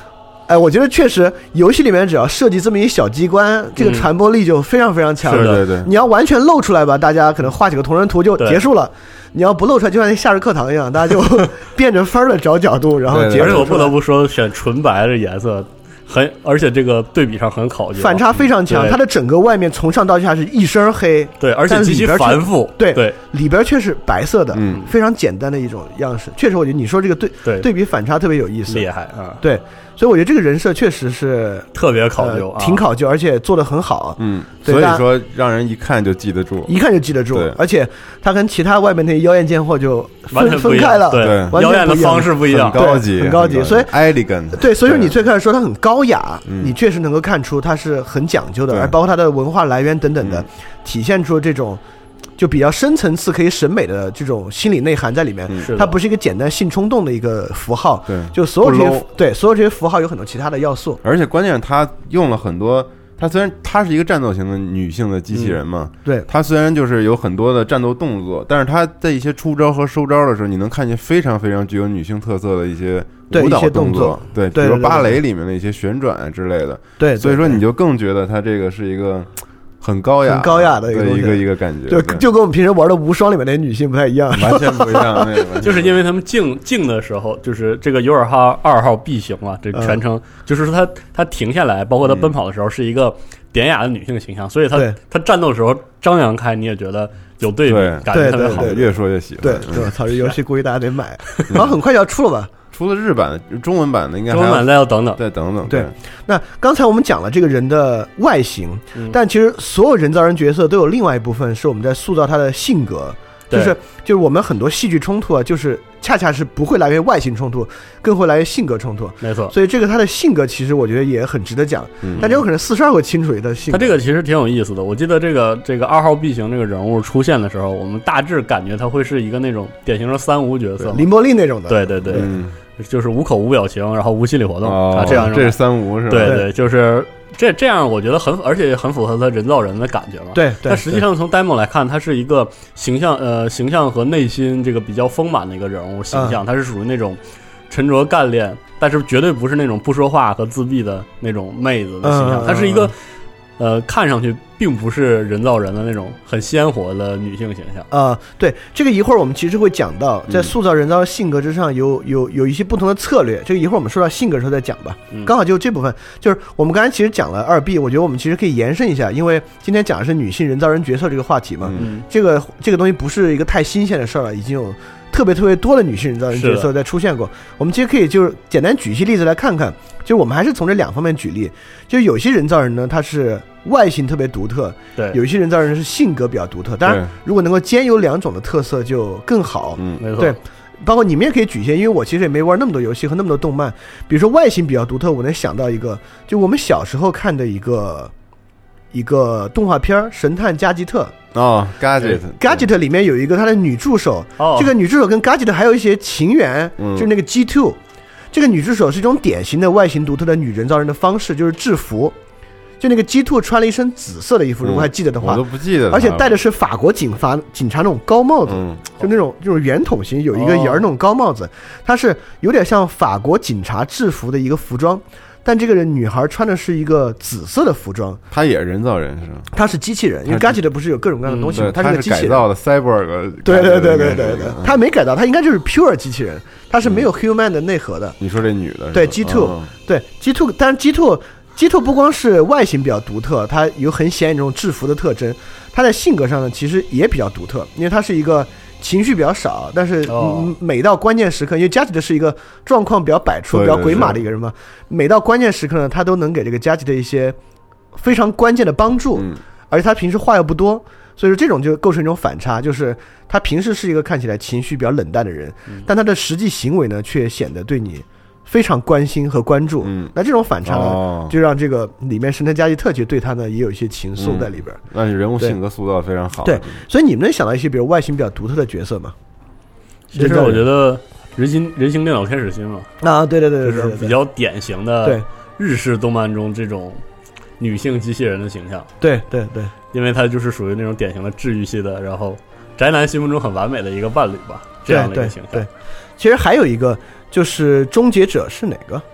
[SPEAKER 7] 哎，我觉得确实，游戏里面只要设计这么一小机关，这个传播力就非常非常强。
[SPEAKER 10] 对对对，
[SPEAKER 7] 你要完全露出来吧，大家可能画几个同人图就结束了。你要不露出来，就像那夏日课堂一样，大家就变着法儿的找角度，然后结束。
[SPEAKER 2] 而且我不得不说，选纯白的颜色。很，而且这个对比上很考究，
[SPEAKER 7] 反差非常强。它的整个外面从上到下是一身黑，
[SPEAKER 2] 对，而且极其繁复，
[SPEAKER 7] 对
[SPEAKER 2] 对，
[SPEAKER 7] 里边却是白色的，
[SPEAKER 10] 嗯，
[SPEAKER 7] 非常简单的一种样式。确实，我觉得你说这个对
[SPEAKER 2] 对
[SPEAKER 7] 对比反差特别有意思，
[SPEAKER 2] 厉害啊！
[SPEAKER 7] 对，所以我觉得这个人设确实是
[SPEAKER 2] 特别考究，
[SPEAKER 7] 呃、挺考究，而且做得很好。
[SPEAKER 10] 嗯，所以说让人一看就记得住，
[SPEAKER 7] 一看就记得住，而且他跟其他外面那些妖艳贱货就
[SPEAKER 2] 完全
[SPEAKER 7] 分开了，
[SPEAKER 2] 对，妖艳的方式不一样，
[SPEAKER 10] 很高级，
[SPEAKER 7] 很高级，所以
[SPEAKER 10] elegant。
[SPEAKER 7] 对，所以说你最开始说他很高雅，你确实能够看出他是很讲究的，而包括他的文化来源等等的，体现出这种就比较深层次可以审美的这种心理内涵在里面。它不是一个简单性冲动的一个符号，
[SPEAKER 10] 对，
[SPEAKER 7] 就所有这些对所有这些符号有很多其他的要素，
[SPEAKER 10] 而且关键他用了很多。她虽然她是一个战斗型的女性的机器人嘛，
[SPEAKER 7] 嗯、对，
[SPEAKER 10] 她虽然就是有很多的战斗动作，但是她在一些出招和收招的时候，你能看见非常非常具有女性特色的一些舞蹈动作，对，
[SPEAKER 7] 对，
[SPEAKER 10] 比如芭蕾里面的一些旋转之类的，
[SPEAKER 7] 对，
[SPEAKER 10] 所以说你就更觉得她这个是一个很高雅、
[SPEAKER 7] 很高雅的一个
[SPEAKER 10] 一个一个感觉，
[SPEAKER 7] 就就跟我们平时玩的无双里面的女性不太一样，
[SPEAKER 10] 完全不一样。那个
[SPEAKER 2] 就是因为他们静静的时候，就是这个尤尔哈二号 B 型嘛，这全程、嗯、就是说他他停下来，包括他奔跑的时候是一个典雅的女性形象，所以他他战斗的时候张扬开，你也觉得有对比，感觉特别好，
[SPEAKER 7] 对对对
[SPEAKER 10] 越说越喜欢。
[SPEAKER 7] 对，对，操，这游戏估计大家得买，然后很快就要出了吧。
[SPEAKER 10] 出了日版，中文版的应该还
[SPEAKER 2] 中文版再要等等，
[SPEAKER 10] 再等等。
[SPEAKER 7] 对，那刚才我们讲了这个人的外形，嗯、但其实所有人造人角色都有另外一部分是我们在塑造他的性格，就是就是我们很多戏剧冲突啊，就是恰恰是不会来源于外形冲突，更会来源于性格冲突。
[SPEAKER 2] 没错，
[SPEAKER 7] 所以这个他的性格其实我觉得也很值得讲，嗯、但是有可能四十二会清楚他的性格。
[SPEAKER 2] 他这个其实挺有意思的，我记得这个这个二号 B 型这个人物出现的时候，我们大致感觉他会是一个那种典型的三无角色，
[SPEAKER 7] 林柏利那种的。
[SPEAKER 2] 对对对。嗯，就是无口无表情，然后无心理活动、
[SPEAKER 10] 哦、
[SPEAKER 2] 啊，这样
[SPEAKER 10] 这是三无是吧？
[SPEAKER 2] 对对，就是这这样，我觉得很，而且也很符合他人造人的感觉嘛。
[SPEAKER 7] 对，
[SPEAKER 2] 但实际上从 demo 来看，他是一个形象呃形象和内心这个比较丰满的一个人物形象，他、嗯、是属于那种沉着干练，但是绝对不是那种不说话和自闭的那种妹子的形象，他、嗯、是一个。呃，看上去并不是人造人的那种很鲜活的女性形象
[SPEAKER 7] 啊、呃。对，这个一会儿我们其实会讲到，在塑造人造的性格之上有有有一些不同的策略。这个一会儿我们说到性格的时候再讲吧。嗯、刚好就这部分，就是我们刚才其实讲了二 B， 我觉得我们其实可以延伸一下，因为今天讲的是女性人造人角色这个话题嘛。嗯，这个这个东西不是一个太新鲜的事儿了，已经有特别特别多的女性人造人角色在出现过。我们其实可以就是简单举一些例子来看看，就是我们还是从这两方面举例。就是有些人造人呢，他是外形特别独特，
[SPEAKER 2] 对；
[SPEAKER 7] 有一些人造人是性格比较独特。当然，如果能够兼有两种的特色就更好。
[SPEAKER 10] 嗯，
[SPEAKER 2] 没错。
[SPEAKER 7] 对，包括你们也可以举一些，因为我其实也没玩那么多游戏和那么多动漫。比如说外形比较独特，我能想到一个，就我们小时候看的一个一个动画片《神探加吉特》。
[SPEAKER 10] 哦 ，Gadget
[SPEAKER 7] Gadget 里面有一个他的女助手，
[SPEAKER 2] 哦、
[SPEAKER 7] 这个女助手跟 Gadget 还有一些情缘，
[SPEAKER 10] 嗯、
[SPEAKER 7] 就是那个 G 二。这个女助手是一种典型的外形独特的女人造人的方式，就是制服。就那个 G 二穿了一身紫色的衣服，如果还记得的话，
[SPEAKER 10] 我都不记得了。
[SPEAKER 7] 而且戴的是法国警察警察那种高帽子，
[SPEAKER 10] 嗯、
[SPEAKER 7] 就那种这种圆筒形，有一个沿儿那种高帽子，它是有点像法国警察制服的一个服装。但这个人女孩穿的是一个紫色的服装，
[SPEAKER 10] 她也是人造人是吗？
[SPEAKER 7] 她是机器人，因为 Gadget 不是有各种各样的东西吗？她、
[SPEAKER 10] 嗯、
[SPEAKER 7] 是个机器人，
[SPEAKER 10] 改造的 Cyborg。
[SPEAKER 7] 对对对对对对，她没改造，她应该就是 pure 机器人，她是没有 human 的内核的。
[SPEAKER 10] 你说这女的？
[SPEAKER 7] 对 G 二、哦，对 G 二，但是 G 二 G 二不光是外形比较独特，它有很显眼这种制服的特征，她在性格上呢其实也比较独特，因为她是一个。情绪比较少，但是每到关键时刻，因为加吉的是一个状况比较百出、比较鬼马的一个人嘛，每到关键时刻呢，他都能给这个加吉的一些非常关键的帮助，
[SPEAKER 10] 嗯、
[SPEAKER 7] 而且他平时话又不多，所以说这种就构成一种反差，就是他平时是一个看起来情绪比较冷淡的人，嗯、但他的实际行为呢，却显得对你非常关心和关注。
[SPEAKER 10] 嗯，
[SPEAKER 7] 那这种反差呢，
[SPEAKER 10] 哦、
[SPEAKER 7] 就让这个里面神探加吉特其实对他呢也有一些情愫在里边。
[SPEAKER 10] 嗯、那人物性格塑造非常好。
[SPEAKER 7] 对，所以你们能想到一些比如外形比较独特的角色吗？
[SPEAKER 2] 其实我觉得人形人形电脑天使心嘛，
[SPEAKER 7] 啊，对对对对，
[SPEAKER 2] 就是比较典型的日式动漫中这种女性机器人的形象。
[SPEAKER 7] 对对对，
[SPEAKER 2] 因为它就是属于那种典型的治愈系的，然后宅男心目中很完美的一个伴侣吧，这样的一个形象。
[SPEAKER 7] 对，对对，其实还有一个就是终结者是哪个？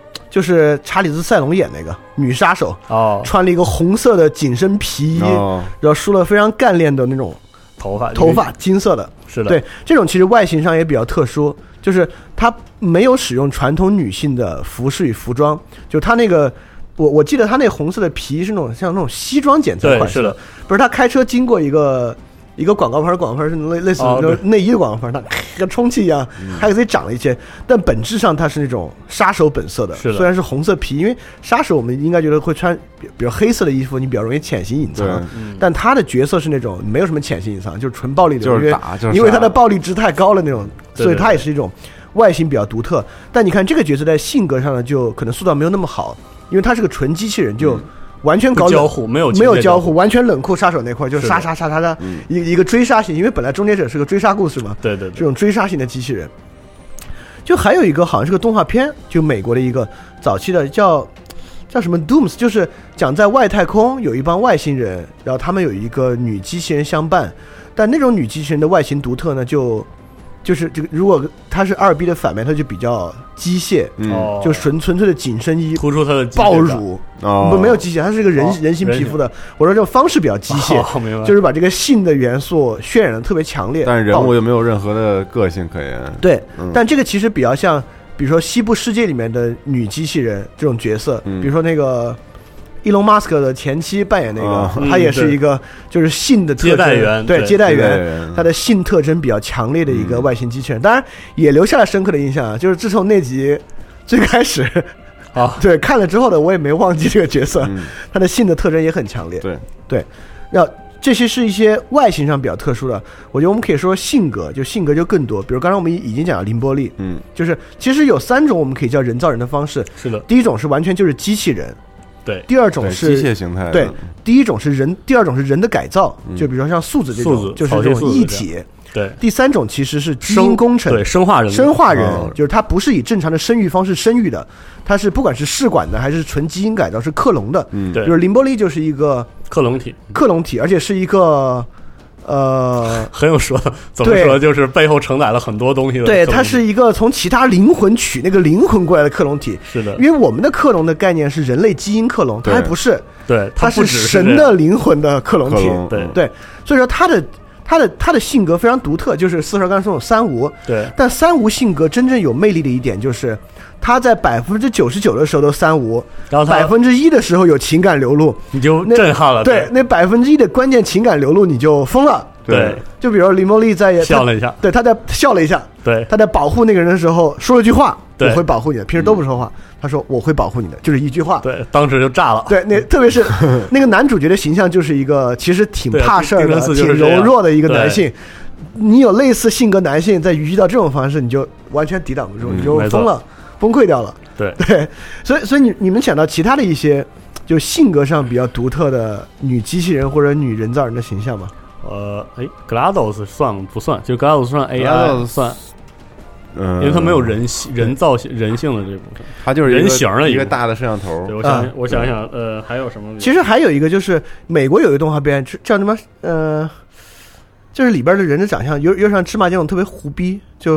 [SPEAKER 7] 就是查理兹塞隆演那个女杀手
[SPEAKER 2] 哦，
[SPEAKER 7] 穿了一个红色的紧身皮衣，
[SPEAKER 10] 哦、
[SPEAKER 7] 然后梳了非常干练的那种
[SPEAKER 2] 头发，
[SPEAKER 7] 头发金色的，
[SPEAKER 2] 是的，
[SPEAKER 7] 对，这种其实外形上也比较特殊，就是它没有使用传统女性的服饰与服装，就它那个。我我记得他那红色的皮是那种像那种西装剪裁款式的，不是他开车经过一个一个广告牌，广告牌是类类似内衣的广告牌，它跟充气一样，还给自己长了一些，但本质上它是那种杀手本色的，
[SPEAKER 2] 是的
[SPEAKER 7] 虽然是红色皮，因为杀手我们应该觉得会穿比如黑色的衣服，你比较容易潜行隐藏，
[SPEAKER 10] 嗯、
[SPEAKER 7] 但他的角色是那种没有什么潜行隐藏，就是纯暴力的，
[SPEAKER 10] 就是打，就是
[SPEAKER 7] 因为他的暴力值太高了那种，
[SPEAKER 2] 对对对，
[SPEAKER 7] 所以他也是一种外形比较独特。但你看这个角色在性格上呢，就可能塑造没有那么好。因为他是个纯机器人，就完全搞
[SPEAKER 2] 交互，没有
[SPEAKER 7] 没有交互，完全冷酷杀手那块就杀杀杀杀杀，一一个追杀型，因为本来终结者是个追杀故事嘛，
[SPEAKER 2] 对对，
[SPEAKER 7] 这种追杀型的机器人。就还有一个好像是个动画片，就美国的一个早期的叫叫什么 Dooms， 就是讲在外太空有一帮外星人，然后他们有一个女机器人相伴，但那种女机器人的外形独特呢，就就是这个，如果它是二 B 的反面，它就比较机械，
[SPEAKER 2] 嗯，
[SPEAKER 7] 就纯纯粹的紧身衣，
[SPEAKER 2] 突出它的
[SPEAKER 7] 爆乳，
[SPEAKER 10] 哦，
[SPEAKER 7] 不没有机械，它是一个人、哦、人形皮肤的。我说这种方式比较机械，
[SPEAKER 2] 哦、
[SPEAKER 7] 就是把这个性的元素渲染的特别强烈，
[SPEAKER 10] 但是人物又没有任何的个性可言。
[SPEAKER 7] 对、
[SPEAKER 10] 嗯，
[SPEAKER 7] 但这个其实比较像，比如说西部世界里面的女机器人这种角色，
[SPEAKER 10] 嗯、
[SPEAKER 7] 比如说那个。伊隆马斯克的前妻扮演那个，
[SPEAKER 10] 哦、
[SPEAKER 7] 他也是一个就是性的特征，
[SPEAKER 2] 接待员，
[SPEAKER 7] 对接待员，
[SPEAKER 10] 员
[SPEAKER 7] 他的性特征比较强烈的一个外形机器人，嗯、当然也留下了深刻的印象啊。就是自从那集最开始
[SPEAKER 2] 啊，
[SPEAKER 7] 对看了之后呢，我也没忘记这个角色，
[SPEAKER 10] 嗯、
[SPEAKER 7] 他的性的特征也很强烈。
[SPEAKER 10] 对
[SPEAKER 7] 对，要这些是一些外形上比较特殊的，我觉得我们可以说性格，就性格就更多。比如刚才我们已经讲了凌波丽，
[SPEAKER 10] 嗯，
[SPEAKER 7] 就是其实有三种我们可以叫人造人的方式。
[SPEAKER 2] 是的，
[SPEAKER 7] 第一种是完全就是机器人。
[SPEAKER 2] 对，
[SPEAKER 7] 第二种是
[SPEAKER 10] 机械形态。
[SPEAKER 7] 对，第一种是人，第二种是人的改造，
[SPEAKER 10] 嗯、
[SPEAKER 7] 就比如说像素子这种，就是
[SPEAKER 2] 这
[SPEAKER 7] 种异体。
[SPEAKER 2] 对，
[SPEAKER 7] 第三种其实是基因工程，
[SPEAKER 2] 对，生化人，
[SPEAKER 7] 生化人、
[SPEAKER 10] 哦、
[SPEAKER 7] 就是它不是以正常的生育方式生育的，它是不管是试管的还是纯基因改造，是克隆的。
[SPEAKER 10] 嗯，
[SPEAKER 2] 对，
[SPEAKER 7] 就是凌波丽就是一个
[SPEAKER 2] 克隆体，
[SPEAKER 7] 克隆体，而且是一个。呃，
[SPEAKER 2] 很有说的，怎么说就是背后承载了很多东西的。
[SPEAKER 7] 对，它是一个从其他灵魂取那个灵魂过来的克隆体。
[SPEAKER 2] 是的，
[SPEAKER 7] 因为我们的克隆的概念是人类基因克隆，它还不是，
[SPEAKER 2] 对，
[SPEAKER 7] 它是神的灵魂的克隆体。
[SPEAKER 2] 对
[SPEAKER 7] 对，所以说它的它的它的性格非常独特，就是四十二刚才说有三无。
[SPEAKER 2] 对，
[SPEAKER 7] 但三无性格真正有魅力的一点就是。他在百分之九十九的时候都三无，
[SPEAKER 2] 然后
[SPEAKER 7] 百分之一的时候有情感流露，
[SPEAKER 2] 你就震撼了。
[SPEAKER 7] 对，那百分之一的关键情感流露，你就疯了。
[SPEAKER 2] 对，
[SPEAKER 7] 就比如林茉莉在
[SPEAKER 2] 笑了一下，
[SPEAKER 7] 对，他在笑了一下，
[SPEAKER 2] 对，
[SPEAKER 7] 他在保护那个人的时候说了句话：“
[SPEAKER 2] 我
[SPEAKER 7] 会保护你的。”平时都不说话，他说：“我会保护你的。”就是一句话。
[SPEAKER 2] 对，当时就炸了。
[SPEAKER 7] 对，那特别是那个男主角的形象，就是一个其实挺怕事儿的、挺柔弱的一个男性。你有类似性格男性，在遇到这种方式，你就完全抵挡不住，你就疯了。崩溃掉了，
[SPEAKER 2] 对
[SPEAKER 7] 对，所以所以你你们想到其他的一些就性格上比较独特的女机器人或者女人造人的形象吗？
[SPEAKER 2] 呃，哎 ，GLaDOS 算不算？就 GLaDOS 算 A I 算，
[SPEAKER 10] 嗯，
[SPEAKER 2] 因为它没有人人造人性的这部分，
[SPEAKER 10] 它就是
[SPEAKER 2] 人形的
[SPEAKER 10] 一个大的摄像头。
[SPEAKER 2] 对，我想想，我想想，呃，还有什么？
[SPEAKER 7] 其实还有一个就是美国有一个动画片叫什么？呃，就是里边的人的长相有有像芝麻酱那种特别胡逼，就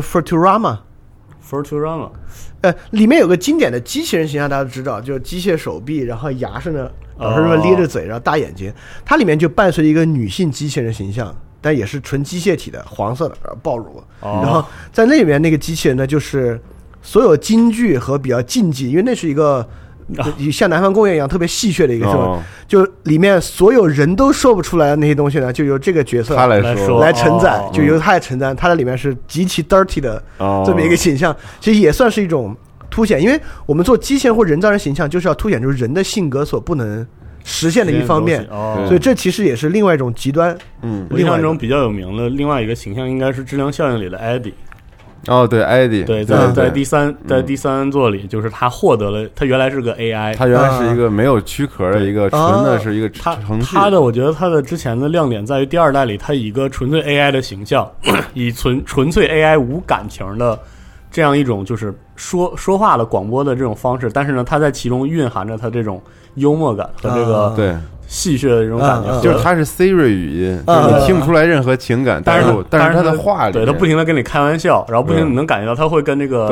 [SPEAKER 7] Futurama。Futurama。呃，里面有个经典的机器人形象，大家都知道，就是机械手臂，然后牙是呢，老是这么咧着嘴，然后大眼睛。它里面就伴随一个女性机器人形象，但也是纯机械体的，黄色的，然后爆乳。
[SPEAKER 2] 哦、
[SPEAKER 7] 然后在那里面那个机器人呢，就是所有京剧和比较竞技，因为那是一个像南方公园一样特别戏谑的一个事、哦、就里面所有人都说不出来的那些东西呢，就由这个角色
[SPEAKER 10] 他来说
[SPEAKER 7] 来承载、
[SPEAKER 2] 哦、
[SPEAKER 7] 就由他来承载。他在里面是极其 dirty 的这么一个形象、哦、其实也算是一种凸显，因为我们做机器人或人造人形象就是要凸显出人的性格所不能实现的一方面、
[SPEAKER 2] 哦、
[SPEAKER 7] 所以这其实也是另外一种极端。
[SPEAKER 2] 嗯，我印象中比较有名的另外一个形象应该是质量效应里的艾迪。
[SPEAKER 10] 哦，对，艾迪，
[SPEAKER 2] 对，在在第三在第三座里，就是他获得了，他原来是个 A I，
[SPEAKER 10] 他原来是一个没有躯壳的一个纯的是一个程序。
[SPEAKER 2] 他的我觉得他的之前的亮点在于第二代里，他以一个纯粹 A I 的形象，以纯纯粹 A I 无感情的这样一种就是说说话的广播的这种方式，但是呢，他在其中蕴含着他这种幽默感和这个
[SPEAKER 10] 对。
[SPEAKER 2] 戏谑的这种感觉、
[SPEAKER 7] 啊啊、
[SPEAKER 10] 就是它是 Siri 语音、啊、就是你听不出来任何情感、啊、但是但是它的话里
[SPEAKER 2] 对它不停的跟你开玩笑，然后不停你能感觉到它会跟这个
[SPEAKER 10] 对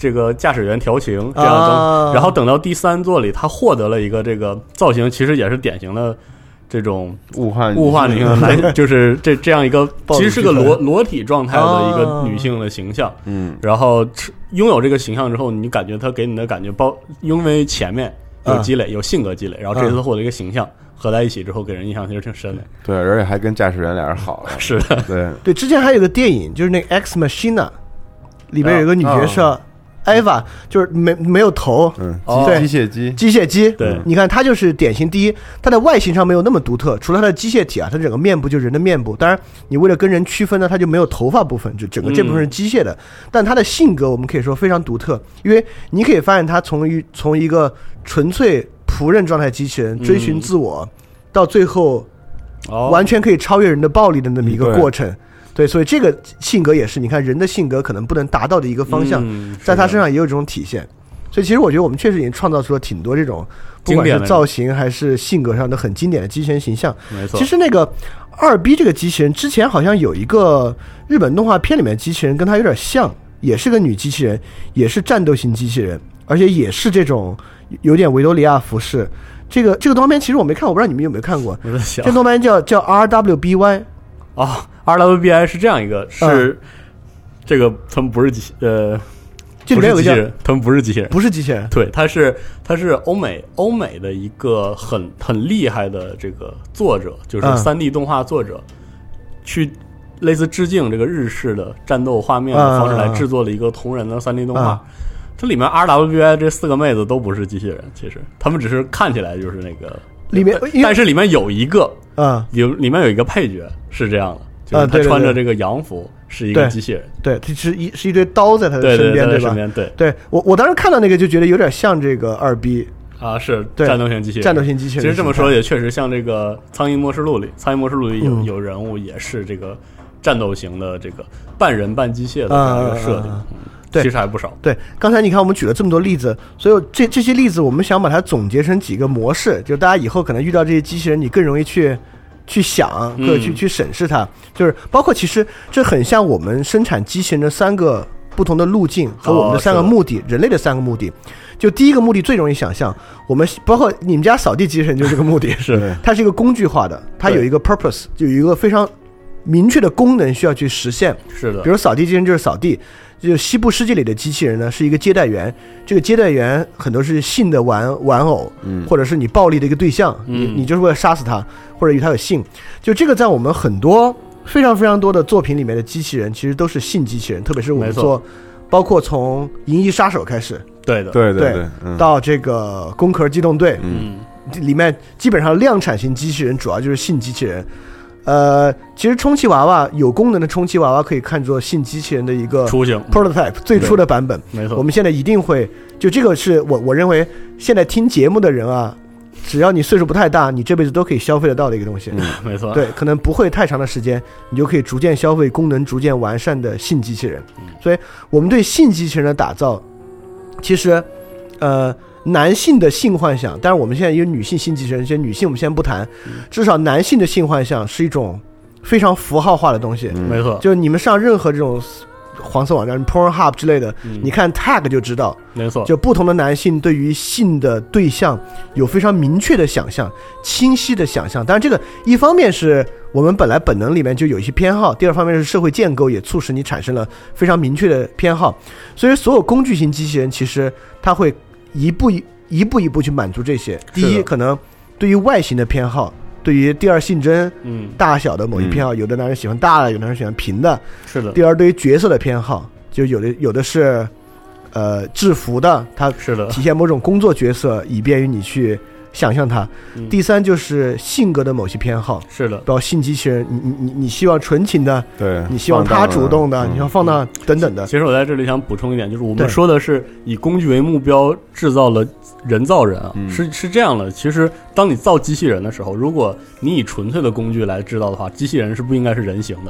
[SPEAKER 2] 这个驾驶员调情这样的、啊、然后等到第三座里，他获得了一个这个造型，其实也是典型的这种
[SPEAKER 10] 物化
[SPEAKER 2] 物化女性来，就是这这样一个其实是个裸裸体状态的一个女性的形象。
[SPEAKER 10] 嗯，
[SPEAKER 2] 然后拥有这个形象之后，你感觉她给你的感觉包，因为前面有积累，有性格积累，然后这次获得一个形象。合在一起之后，给人印象其实挺深的。
[SPEAKER 10] 对，而且还跟驾驶员俩人好了。
[SPEAKER 2] 是的，
[SPEAKER 10] 对
[SPEAKER 7] 对。之前还有个电影，就是那个 Ex Machina， 里边有个女角色 Eva，、哦、就是没没有头，
[SPEAKER 10] 嗯，
[SPEAKER 7] 对，
[SPEAKER 10] 机械机，
[SPEAKER 7] 机械机。
[SPEAKER 2] 对，
[SPEAKER 7] 你看她就是典型。第一，她的外形上没有那么独特，除了她的机械体啊，她整个面部就是人的面部。当然，你为了跟人区分呢，她就没有头发部分，就整个这部分是机械的。嗯、但她的性格，我们可以说非常独特，因为你可以发现她从一从一个纯粹仆人状态机器人追寻自我、嗯、到最后完全可以超越人的暴力的那么一个过程、嗯、对, 对，所以这个性格也是你看人的性格可能不能达到的一个方向、嗯、在他身上也有这种体现。所以其实我觉得我们确实已经创造出了挺多这种不管是造型还是性格上的很经典的机器人形象。
[SPEAKER 2] 没错，
[SPEAKER 7] 其实那个二 B 这个机器人之前好像有一个日本动画片里面的机器人跟他有点像，也是个女机器人，也是战斗型机器人，而且也是这种有点维多利亚服饰。这个这个动画片其实我没看过，我不知道你们有没有看过。这个动画片叫叫 R W B Y
[SPEAKER 2] 哦 ，R W B Y 是这样一个，是、嗯、这个他们不是机器呃，
[SPEAKER 7] 这里面有个
[SPEAKER 2] 机器人，他们不是机器人，
[SPEAKER 7] 不是机器人，
[SPEAKER 2] 对，他是他是欧美欧美的一个很很厉害的这个作者，就是三 D 动画作者，嗯、去类似致敬这个日式的战斗画面的方式来制作了一个同人的三 D 动画。嗯嗯这里面 R W B I 这四个妹子都不是机器人，其实他们只是看起来就是那个
[SPEAKER 7] 里面，
[SPEAKER 2] 但是里面有一个
[SPEAKER 7] 啊，
[SPEAKER 2] 有里面有一个配角是这样的，就是他穿着这个洋服是一个机器人，
[SPEAKER 7] 对，他是一是一堆刀在他的身边，
[SPEAKER 2] 对
[SPEAKER 7] 吧？
[SPEAKER 2] 对，
[SPEAKER 7] 对我我当时看到那个就觉得有点像这个二 B
[SPEAKER 2] 啊，是战斗型机器人，
[SPEAKER 7] 战斗型机器人。
[SPEAKER 2] 其实这么说也确实像这个《苍蝇模式录》里，《苍蝇模式录》里有、嗯、有人物也是这个战斗型的这个半人半机械的这样一个设定。啊啊啊
[SPEAKER 7] 对，
[SPEAKER 2] 其实还不少。
[SPEAKER 7] 对，刚才你看我们举了这么多例子，所以这这些例子我们想把它总结成几个模式，就大家以后可能遇到这些机器人，你更容易去去想或者去、嗯、去审视它。就是包括其实这很像我们生产机器人的三个不同的路径和我们的三个目的，哦、人类的三个目的。就第一个目的最容易想象，我们包括你们家扫地机器人就是这个目的，
[SPEAKER 2] 是
[SPEAKER 7] 它是一个工具化的，它有一个 purpose， 就有一个非常明确的功能需要去实现。
[SPEAKER 2] 是的，
[SPEAKER 7] 比如扫地机器人就是扫地。就西部世界里的机器人呢，是一个接待员。这个接待员很多是性的玩玩偶，嗯，或者是你暴力的一个对象，嗯、你你就是为了杀死他，或者与他有性。就这个在我们很多非常非常多的作品里面的机器人，其实都是性机器人，特别是我们做，包括从《银翼杀手》开始，
[SPEAKER 2] 对的，
[SPEAKER 10] 对对
[SPEAKER 7] 对，嗯、到这个《攻壳机动队》，
[SPEAKER 2] 嗯，
[SPEAKER 7] 里面基本上量产型机器人主要就是性机器人。呃，其实充气娃娃有功能的充气娃娃可以看作性机器人的一个
[SPEAKER 2] 雏形
[SPEAKER 7] prototype 最初的版本。
[SPEAKER 2] 没错，
[SPEAKER 7] 我们现在一定会就这个是我我认为现在听节目的人啊，只要你岁数不太大，你这辈子都可以消费得到的一个东西。
[SPEAKER 2] 嗯，没错，
[SPEAKER 7] 对，可能不会太长的时间，你就可以逐渐消费功能逐渐完善的性机器人。嗯，所以我们对性机器人的打造，其实呃。男性的性幻想，当然我们现在有女性性机器人，这些女性我们先不谈，至少男性的性幻想是一种非常符号化的东西。
[SPEAKER 2] 没错，
[SPEAKER 7] 就你们上任何这种黄色网站 Pornhub 之类的、嗯、你看 tag 就知道。
[SPEAKER 2] 没错，
[SPEAKER 7] 就不同的男性对于性的对象有非常明确的想象，清晰的想象。当然这个一方面是我们本来本能里面就有一些偏好，第二方面是社会建构也促使你产生了非常明确的偏好。所以所有工具型机器人其实它会一步一一步一步去满足这些。第一，可能对于外形的偏好，对于第二性征
[SPEAKER 2] 嗯
[SPEAKER 7] 大小的某一偏好、嗯、有的男人喜欢大的，有的男人喜欢平的。
[SPEAKER 2] 是的。
[SPEAKER 7] 第二，对于角色的偏好，就有的有的是呃制服的，它
[SPEAKER 2] 是的，
[SPEAKER 7] 体现某种工作角色，以便于你去想象它、嗯、第三就是性格的某些偏好，
[SPEAKER 2] 是的，
[SPEAKER 7] 包括性机器人，你你你你希望纯情的，
[SPEAKER 10] 对，
[SPEAKER 7] 你希望他主动的，你希望放荡、嗯、等等的。
[SPEAKER 2] 其实我在这里想补充一点，就是我们说的是以工具为目标制造了人造人啊，
[SPEAKER 10] 嗯、
[SPEAKER 2] 是是这样的。其实当你造机器人的时候，如果你以纯粹的工具来制造的话，机器人是不应该是人形的。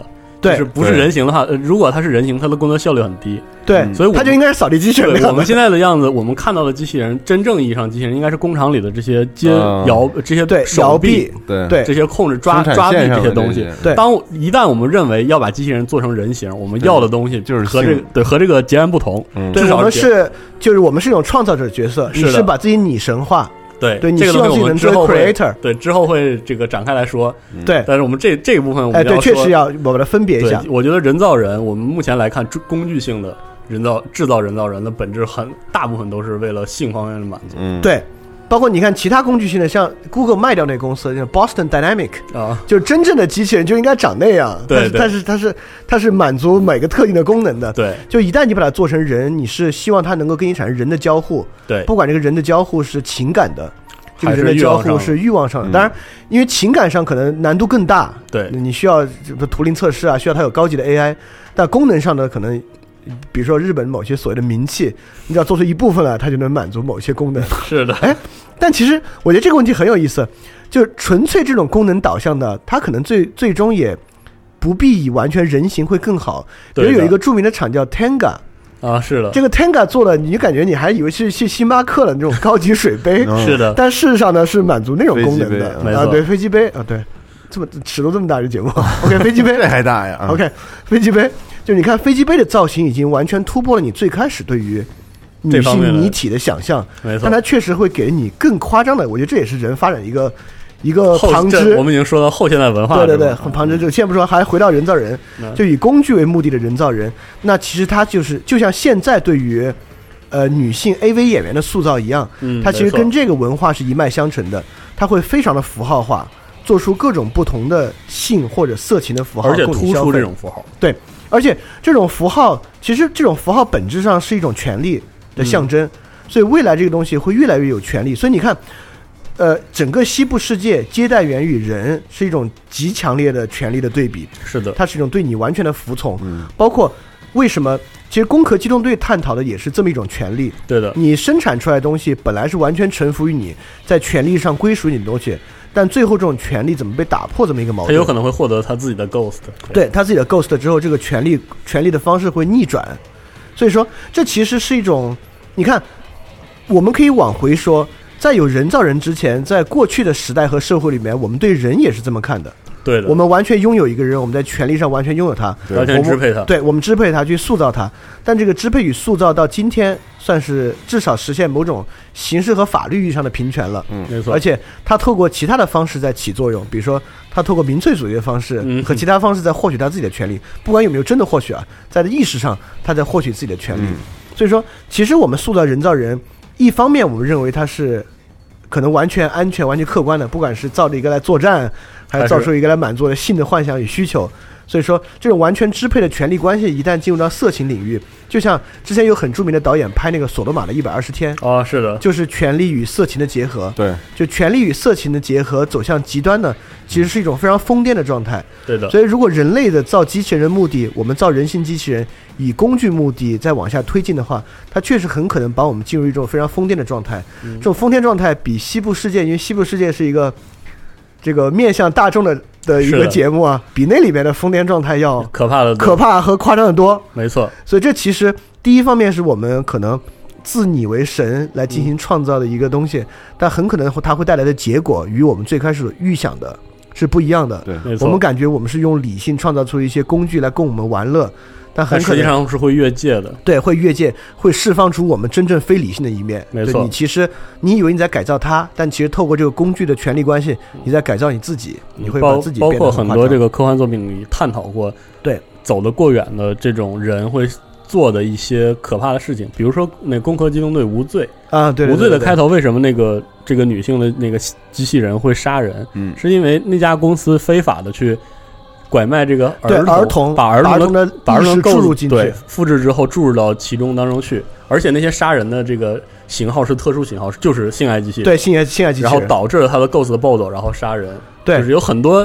[SPEAKER 7] 对，
[SPEAKER 2] 就是不是人形的话，呃如果它是人形，它的工作效率很低。
[SPEAKER 7] 对，
[SPEAKER 2] 所以
[SPEAKER 7] 它就应该是扫地机器人的样子。
[SPEAKER 2] 我们现在的样子，我们看到的机器人，真正意义上机器人应该是工厂里的这些接摇、嗯、这些
[SPEAKER 7] 对
[SPEAKER 2] 手臂，
[SPEAKER 10] 对
[SPEAKER 7] 对
[SPEAKER 2] 这些控制抓抓臂这些东西。
[SPEAKER 7] 对，
[SPEAKER 2] 当一旦我们认为要把机器人做成人形，我们要的东西
[SPEAKER 10] 就是
[SPEAKER 2] 和这个对和这个截然不同。
[SPEAKER 10] 嗯、
[SPEAKER 7] 对，我们是就是我们是一种创造者角色，
[SPEAKER 2] 是
[SPEAKER 7] 你是把自己拟神化。
[SPEAKER 2] 对，
[SPEAKER 7] 对，你
[SPEAKER 2] 这个
[SPEAKER 7] 希望自己能
[SPEAKER 2] 之后
[SPEAKER 7] creator，
[SPEAKER 2] 对，之后会这个展开来说。
[SPEAKER 7] 对，
[SPEAKER 2] 但是我们这这个部分我们
[SPEAKER 7] 哎，对，
[SPEAKER 2] 要
[SPEAKER 7] 确实要我把它分别一下。
[SPEAKER 2] 我觉得人造人，我们目前来看，工具性的人造制造人造人的本质很大部分都是为了性方面的满足。
[SPEAKER 10] 嗯，
[SPEAKER 7] 对。包括你看其他工具性的，像 Google 卖掉那公司，像 Boston Dynamic
[SPEAKER 2] 啊，
[SPEAKER 7] 就是真正的机器人就应该长那样。
[SPEAKER 2] 对，
[SPEAKER 7] 它是它是它是满足每个特定的功能的。
[SPEAKER 2] 对，
[SPEAKER 7] 就一旦你把它做成人，你是希望它能够跟你产生人的交互。
[SPEAKER 2] 对，
[SPEAKER 7] 不管这个人的交互是情感的。这个人的交互是欲望上的，当然，因为情感上可能难度更大，
[SPEAKER 2] 对，
[SPEAKER 7] 你需要图灵测试啊，需要它有高级的 A I， 但功能上的可能，比如说日本某些所谓的名气，你只要做出一部分来，它就能满足某些功能。
[SPEAKER 2] 是的，
[SPEAKER 7] 哎，但其实我觉得这个问题很有意思，就是纯粹这种功能导向的，它可能最最终也不必以完全人形会更好。比如有一个著名的厂叫 Tenga。
[SPEAKER 2] 啊，是的，
[SPEAKER 7] 这个 Tenga 做的，你感觉你还以为是去星巴克的那种高级水杯，
[SPEAKER 2] 是的，
[SPEAKER 7] 但事实上呢是满足那种功能的啊，对，飞机杯啊，对，这么尺度这么大的节目 ，OK， 飞机杯
[SPEAKER 10] 这还大呀
[SPEAKER 7] ，OK， 飞机杯，就你看飞机杯的造型已经完全突破了你最开始对于女性拟体的想象，
[SPEAKER 2] 没错，
[SPEAKER 7] 但它确实会给你更夸张的，我觉得这也是人发展一个。一个旁支，
[SPEAKER 2] 我们已经说到后现代文化了，
[SPEAKER 7] 对对对，旁支就先不说，还回到人造人，就以工具为目的的人造人，那其实它就是就像现在对于呃女性 A V 演员的塑造一样，
[SPEAKER 2] 嗯，
[SPEAKER 7] 它其实跟这个文化是一脉相承的，它会非常的符号化，做出各种不同的性或者色情的符号，
[SPEAKER 2] 而且突出这种符号，
[SPEAKER 7] 对，而且这种符号其实这种符号本质上是一种权力的象征，嗯，所以未来这个东西会越来越有权力，所以你看。呃，整个西部世界接待员与人是一种极强烈的权力的对比，
[SPEAKER 2] 是的，
[SPEAKER 7] 它是一种对你完全的服从，
[SPEAKER 10] 嗯，
[SPEAKER 7] 包括为什么，其实攻壳机动队探讨的也是这么一种权利，
[SPEAKER 2] 对的，你
[SPEAKER 7] 生产出来的东西本来是完全臣服于你，在权力上归属你的东西，但最后这种权利怎么被打破，这么一个矛盾，
[SPEAKER 2] 他有可能会获得他自己的 ghost，
[SPEAKER 7] 对, 对他自己的 ghost 之后，这个权利权利的方式会逆转，所以说这其实是一种，你看，我们可以往回说。在有人造人之前，在过去的时代和社会里面，我们对人也是这么看的。
[SPEAKER 2] 对的，
[SPEAKER 7] 我们完全拥有一个人，我们在权力上完全拥有他，
[SPEAKER 2] 完全支配他。
[SPEAKER 7] 对，我们支配他，去塑造他。但这个支配与塑造到今天，算是至少实现某种形式和法律意义上的平权了。
[SPEAKER 2] 嗯，没错。
[SPEAKER 7] 而且他透过其他的方式在起作用，比如说他透过民粹主义的方式和其他方式在获取他自己的权利，不管有没有真的获取啊，在意识上他在获取自己的权利。
[SPEAKER 10] 嗯，
[SPEAKER 7] 所以说，其实我们塑造人造人。一方面我们认为它是可能完全安全完全客观的，不管是造了一个来作战还是造出一个来满足了性的幻想与需求，所以说这种完全支配的权力关系一旦进入到色情领域，就像之前有很著名的导演拍那个索多玛的一百二十天
[SPEAKER 2] 哦，是的，
[SPEAKER 7] 就是权力与色情的结合，
[SPEAKER 10] 对，
[SPEAKER 7] 就权力与色情的结合走向极端呢，其实是一种非常疯癫的状态，
[SPEAKER 2] 对的。
[SPEAKER 7] 所以如果人类的造机器人的目的，我们造人形机器人以工具目的再往下推进的话，它确实很可能把我们进入一种非常疯癫的状态，嗯，这种疯癫状态比西部世界，因为西部世界是一个这个面向大众的的一个节目啊，比那里面的疯癫状态要
[SPEAKER 2] 可怕的
[SPEAKER 7] 可怕和夸张的多。
[SPEAKER 2] 没错，
[SPEAKER 7] 所以这其实第一方面是我们可能自拟为神来进行创造的一个东西，嗯，但很可能它会带来的结果与我们最开始预想的是不一样的。
[SPEAKER 10] 对，
[SPEAKER 2] 没错，
[SPEAKER 7] 我们感觉我们是用理性创造出一些工具来供我们玩乐，但很可能
[SPEAKER 2] 实际上是会越界的。
[SPEAKER 7] 对，会越界，会释放出我们真正非理性的一面。
[SPEAKER 2] 没错，
[SPEAKER 7] 你其实你以为你在改造它，但其实透过这个工具的权力关系，你在改造你自己，你会把自己变得
[SPEAKER 2] 包括很多这个科幻作品里探讨过，
[SPEAKER 7] 对，
[SPEAKER 2] 走得过远的这种人会做的一些可怕的事情，比如说那《攻壳机动队》无罪
[SPEAKER 7] 啊，对，对，对，对，
[SPEAKER 2] 无罪的开头为什么那个这个女性的那个机器人会杀人？
[SPEAKER 10] 嗯，
[SPEAKER 2] 是因为那家公司非法的去拐卖这个儿童，
[SPEAKER 7] 儿童
[SPEAKER 2] 把儿童
[SPEAKER 7] 的
[SPEAKER 2] 把儿童
[SPEAKER 7] 注入进去，
[SPEAKER 2] 对，复制之后注入到其中当中去，而且那些杀人的这个型号是特殊型号，就是性爱机器人，
[SPEAKER 7] 对，性爱性爱机器人，
[SPEAKER 2] 然后导致了他的 ghost 的暴走，然后杀人，
[SPEAKER 7] 对，
[SPEAKER 2] 就是有很多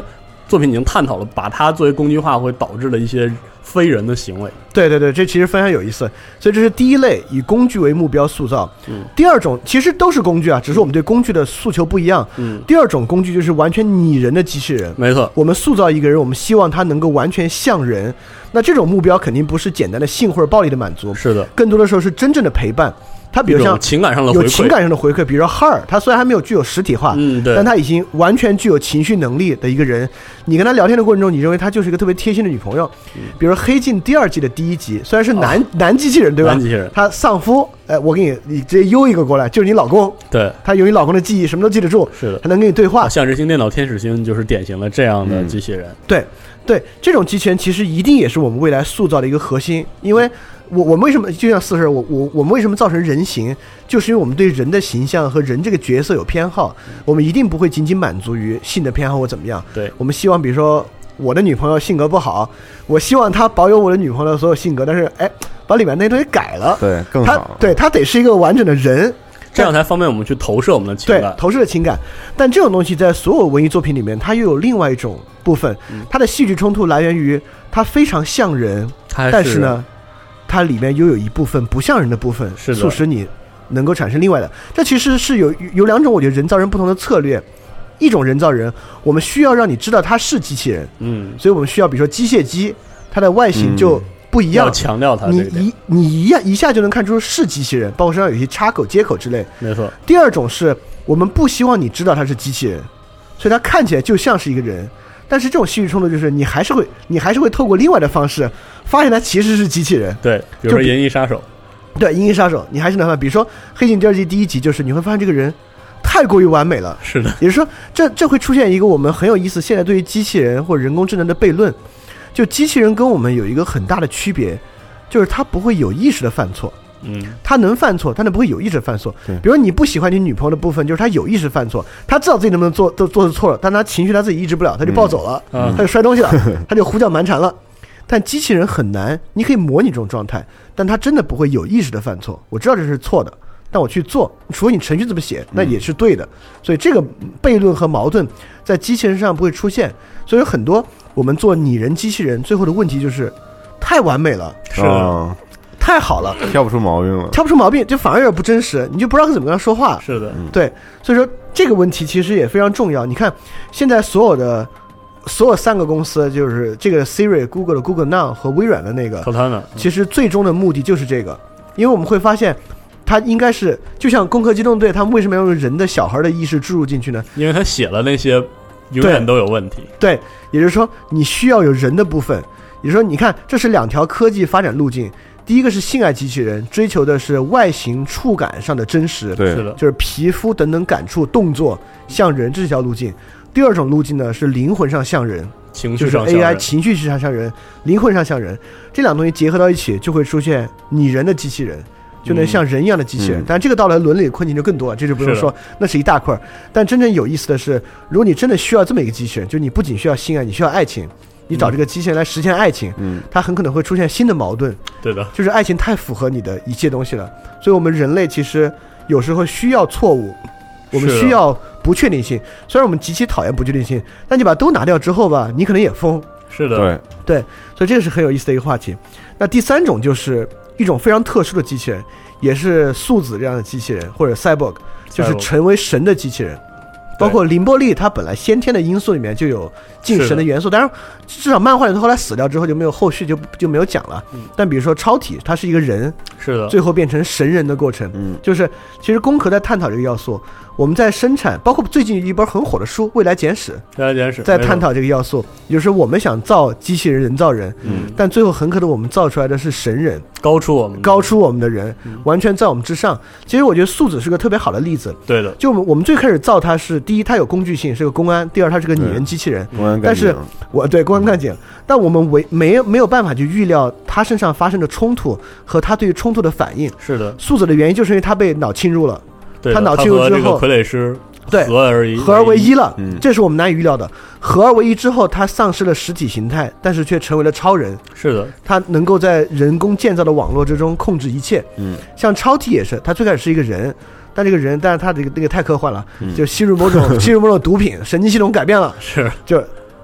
[SPEAKER 2] 作品已经探讨了把它作为工具化会导致的一些非人的行为。
[SPEAKER 7] 对对对，这其实非常有意思。所以这是第一类，以工具为目标塑造。嗯，第二种其实都是工具啊，只是我们对工具的诉求不一样。嗯，第二种工具就是完全拟人的机器人。
[SPEAKER 2] 没错，
[SPEAKER 7] 我们塑造一个人，我们希望他能够完全像人。那这种目标肯定不是简单的性或者暴力的满足，
[SPEAKER 2] 是的，
[SPEAKER 7] 更多的时候是真正的陪伴。他比如像
[SPEAKER 2] 情感上的回馈，
[SPEAKER 7] 有情感上的回馈，比如说哈尔，他虽然还没有具有实体化，
[SPEAKER 2] 嗯，对，
[SPEAKER 7] 但他已经完全具有情绪能力的一个人。你跟他聊天的过程中，你认为他就是一个特别贴心的女朋友。嗯、比如《黑镜》第二季的第一集，虽然是男、哦、男机器人，对吧？
[SPEAKER 2] 男机器人，
[SPEAKER 7] 他丧夫，哎，我给你，你直接邮一个过来，就是你老公。
[SPEAKER 2] 对，
[SPEAKER 7] 他有你老公的记忆，什么都记得住，
[SPEAKER 2] 是的，
[SPEAKER 7] 他能跟你对话。
[SPEAKER 2] 像日星电脑天使星就是典型的这样的机器人。
[SPEAKER 7] 嗯、对对，这种机器人其实一定也是我们未来塑造的一个核心，因为。我我们为什么就像四十，我我我们为什么造成人形，就是因为我们对人的形象和人这个角色有偏好，我们一定不会仅仅满足于性的偏好或怎么样。
[SPEAKER 2] 对，
[SPEAKER 7] 我们希望比如说我的女朋友性格不好，我希望她保有我的女朋友的所有性格，但是哎，把里面那些东西改了，
[SPEAKER 10] 对，更好。
[SPEAKER 7] 对，她得是一个完整的人，
[SPEAKER 2] 这样才方便我们去投射我们的情感，
[SPEAKER 7] 对，投射的情感。但这种东西在所有文艺作品里面，它又有另外一种部分，它的戏剧冲突来源于它非常像人，但是呢。它里面又有一部分不像人的部分，促使你能够产生另外的。这其实是有有两种，我觉得人造人不同的策略。一种人造人，我们需要让你知道它是机器人，嗯，所以我们需要比如说机械姬，它的外形就不一样，
[SPEAKER 2] 嗯、要强调它这个。
[SPEAKER 7] 你一你一样一下就能看出是机器人，包括身上有一些插口接口之类。
[SPEAKER 2] 没错。
[SPEAKER 7] 第二种是我们不希望你知道它是机器人，所以它看起来就像是一个人。但是这种戏剧冲突就是你还是会你还是会透过另外的方式发现它其实是机器人。
[SPEAKER 2] 对，比如说《银翼杀手》。
[SPEAKER 7] 对，《银翼杀手》你还是能看，比如说《黑镜》第二季第一集，就是你会发现这个人太过于完美了。
[SPEAKER 2] 是的，
[SPEAKER 7] 也就是说，这这会出现一个我们很有意思，现在对于机器人或者人工智能的悖论，就机器人跟我们有一个很大的区别，就是它不会有意识的犯错。嗯，他能犯错，但他不会有意识犯错。比如你不喜欢你女朋友的部分，就是他有意识犯错，他知道自己能不能做都做的错了，但他情绪他自己抑制不了，他就暴走了，嗯、他就摔东西了，他就胡搅蛮缠了。但机器人很难，你可以模拟这种状态，但他真的不会有意识的犯错。我知道这是错的，但我去做，除非你程序这么写，那也是对的。所以这个悖论和矛盾在机器人上不会出现。所以很多我们做拟人机器人，最后的问题就是太完美了，
[SPEAKER 10] 是的。哦，
[SPEAKER 7] 太好了，
[SPEAKER 10] 挑不出毛病了，
[SPEAKER 7] 挑不出毛病，就反而有点不真实，你就不知道怎么跟他说话。
[SPEAKER 2] 是的，
[SPEAKER 7] 对，所以说这个问题其实也非常重要。你看，现在所有的所有三个公司，就是这个 Siri、Google 的 Google Now 和微软的那个
[SPEAKER 2] Cortana，
[SPEAKER 7] 其实最终的目的就是这个，因为我们会发现，它应该是就像《攻壳机动队》，他们为什么要用人的小孩的意识注入进去呢？
[SPEAKER 2] 因为他写了那些永远都有问题。
[SPEAKER 7] 对，对，也就是说，你需要有人的部分。也就是说，你看，这是两条科技发展路径。第一个是性爱机器人，追求的是外形触感上的真实，
[SPEAKER 10] 对，
[SPEAKER 2] 是的，
[SPEAKER 7] 就是皮肤等等感触、动作像人，这是条路径。第二种路径呢是灵魂上像人，
[SPEAKER 2] 情绪上像人，
[SPEAKER 7] 就是 A I 情绪上像人，灵魂上像人，这两东西结合到一起，就会出现拟人的机器人，就能像人一样的机器人。嗯、但这个到了伦理困境就更多了，这就不用说，那是一大块。但真正有意思的是，如果你真的需要这么一个机器人，就你不仅需要性爱，你需要爱情。你找这个机器人来实现爱情，嗯，它很可能会出现新的矛盾。
[SPEAKER 2] 对的，
[SPEAKER 7] 就是爱情太符合你的一切东西了，所以我们人类其实有时候需要错误，我们需要不确定性。虽然我们极其讨厌不确定性，但你把都拿掉之后吧，你可能也疯。
[SPEAKER 2] 是的，
[SPEAKER 10] 对
[SPEAKER 7] 对，所以这个是很有意思的一个话题。那第三种就是一种非常特殊的机器人，也是素子这样的机器人，或者 cyborg， 就是成为神的机器人。包括林波丽，他本来先天的因素里面就有敬神的元素，当然至少漫画里头后来死掉之后就没有后续，就就没有讲了。嗯、但比如说超体，他是一个人，
[SPEAKER 2] 是的，
[SPEAKER 7] 最后变成神人的过程，嗯，就是其实攻壳在探讨这个要素。我们在生产，包括最近一本很火的书《未来简史》，
[SPEAKER 2] 未来简史
[SPEAKER 7] 在探讨这个要素，就是我们想造机器人、人造人，嗯，但最后很可能我们造出来的是神人，
[SPEAKER 2] 高出我们，
[SPEAKER 7] 高出我们的人，嗯、完全在我们之上。其实我觉得素子是个特别好的例子，
[SPEAKER 2] 对的。
[SPEAKER 7] 就我们我们最开始造它是，第一，它有工具性，是个公安；第二，它是个拟人机器人。
[SPEAKER 10] 公安干警，
[SPEAKER 7] 但是我对公安干警，但我们为没有没有办法去预料它身上发生的冲突和它对于冲突的反应。
[SPEAKER 2] 是的，
[SPEAKER 7] 素子的原因就是因为它被脑侵入了，
[SPEAKER 2] 他
[SPEAKER 7] 脑侵入之后，
[SPEAKER 2] 傀儡师。
[SPEAKER 7] 对，
[SPEAKER 2] 合而一
[SPEAKER 7] 合而为一了，嗯，这是我们难以预料的。合而为一之后，他丧失了实体形态，但是却成为了超人。
[SPEAKER 2] 是的，他
[SPEAKER 7] 能够在人工建造的网络之中控制一切。嗯，像超体也是，他最开始是一个人，但这个人，但是他这个那个太科幻了，嗯、就吸入某种吸入某种毒品，神经系统改变了，
[SPEAKER 2] 是，
[SPEAKER 7] 就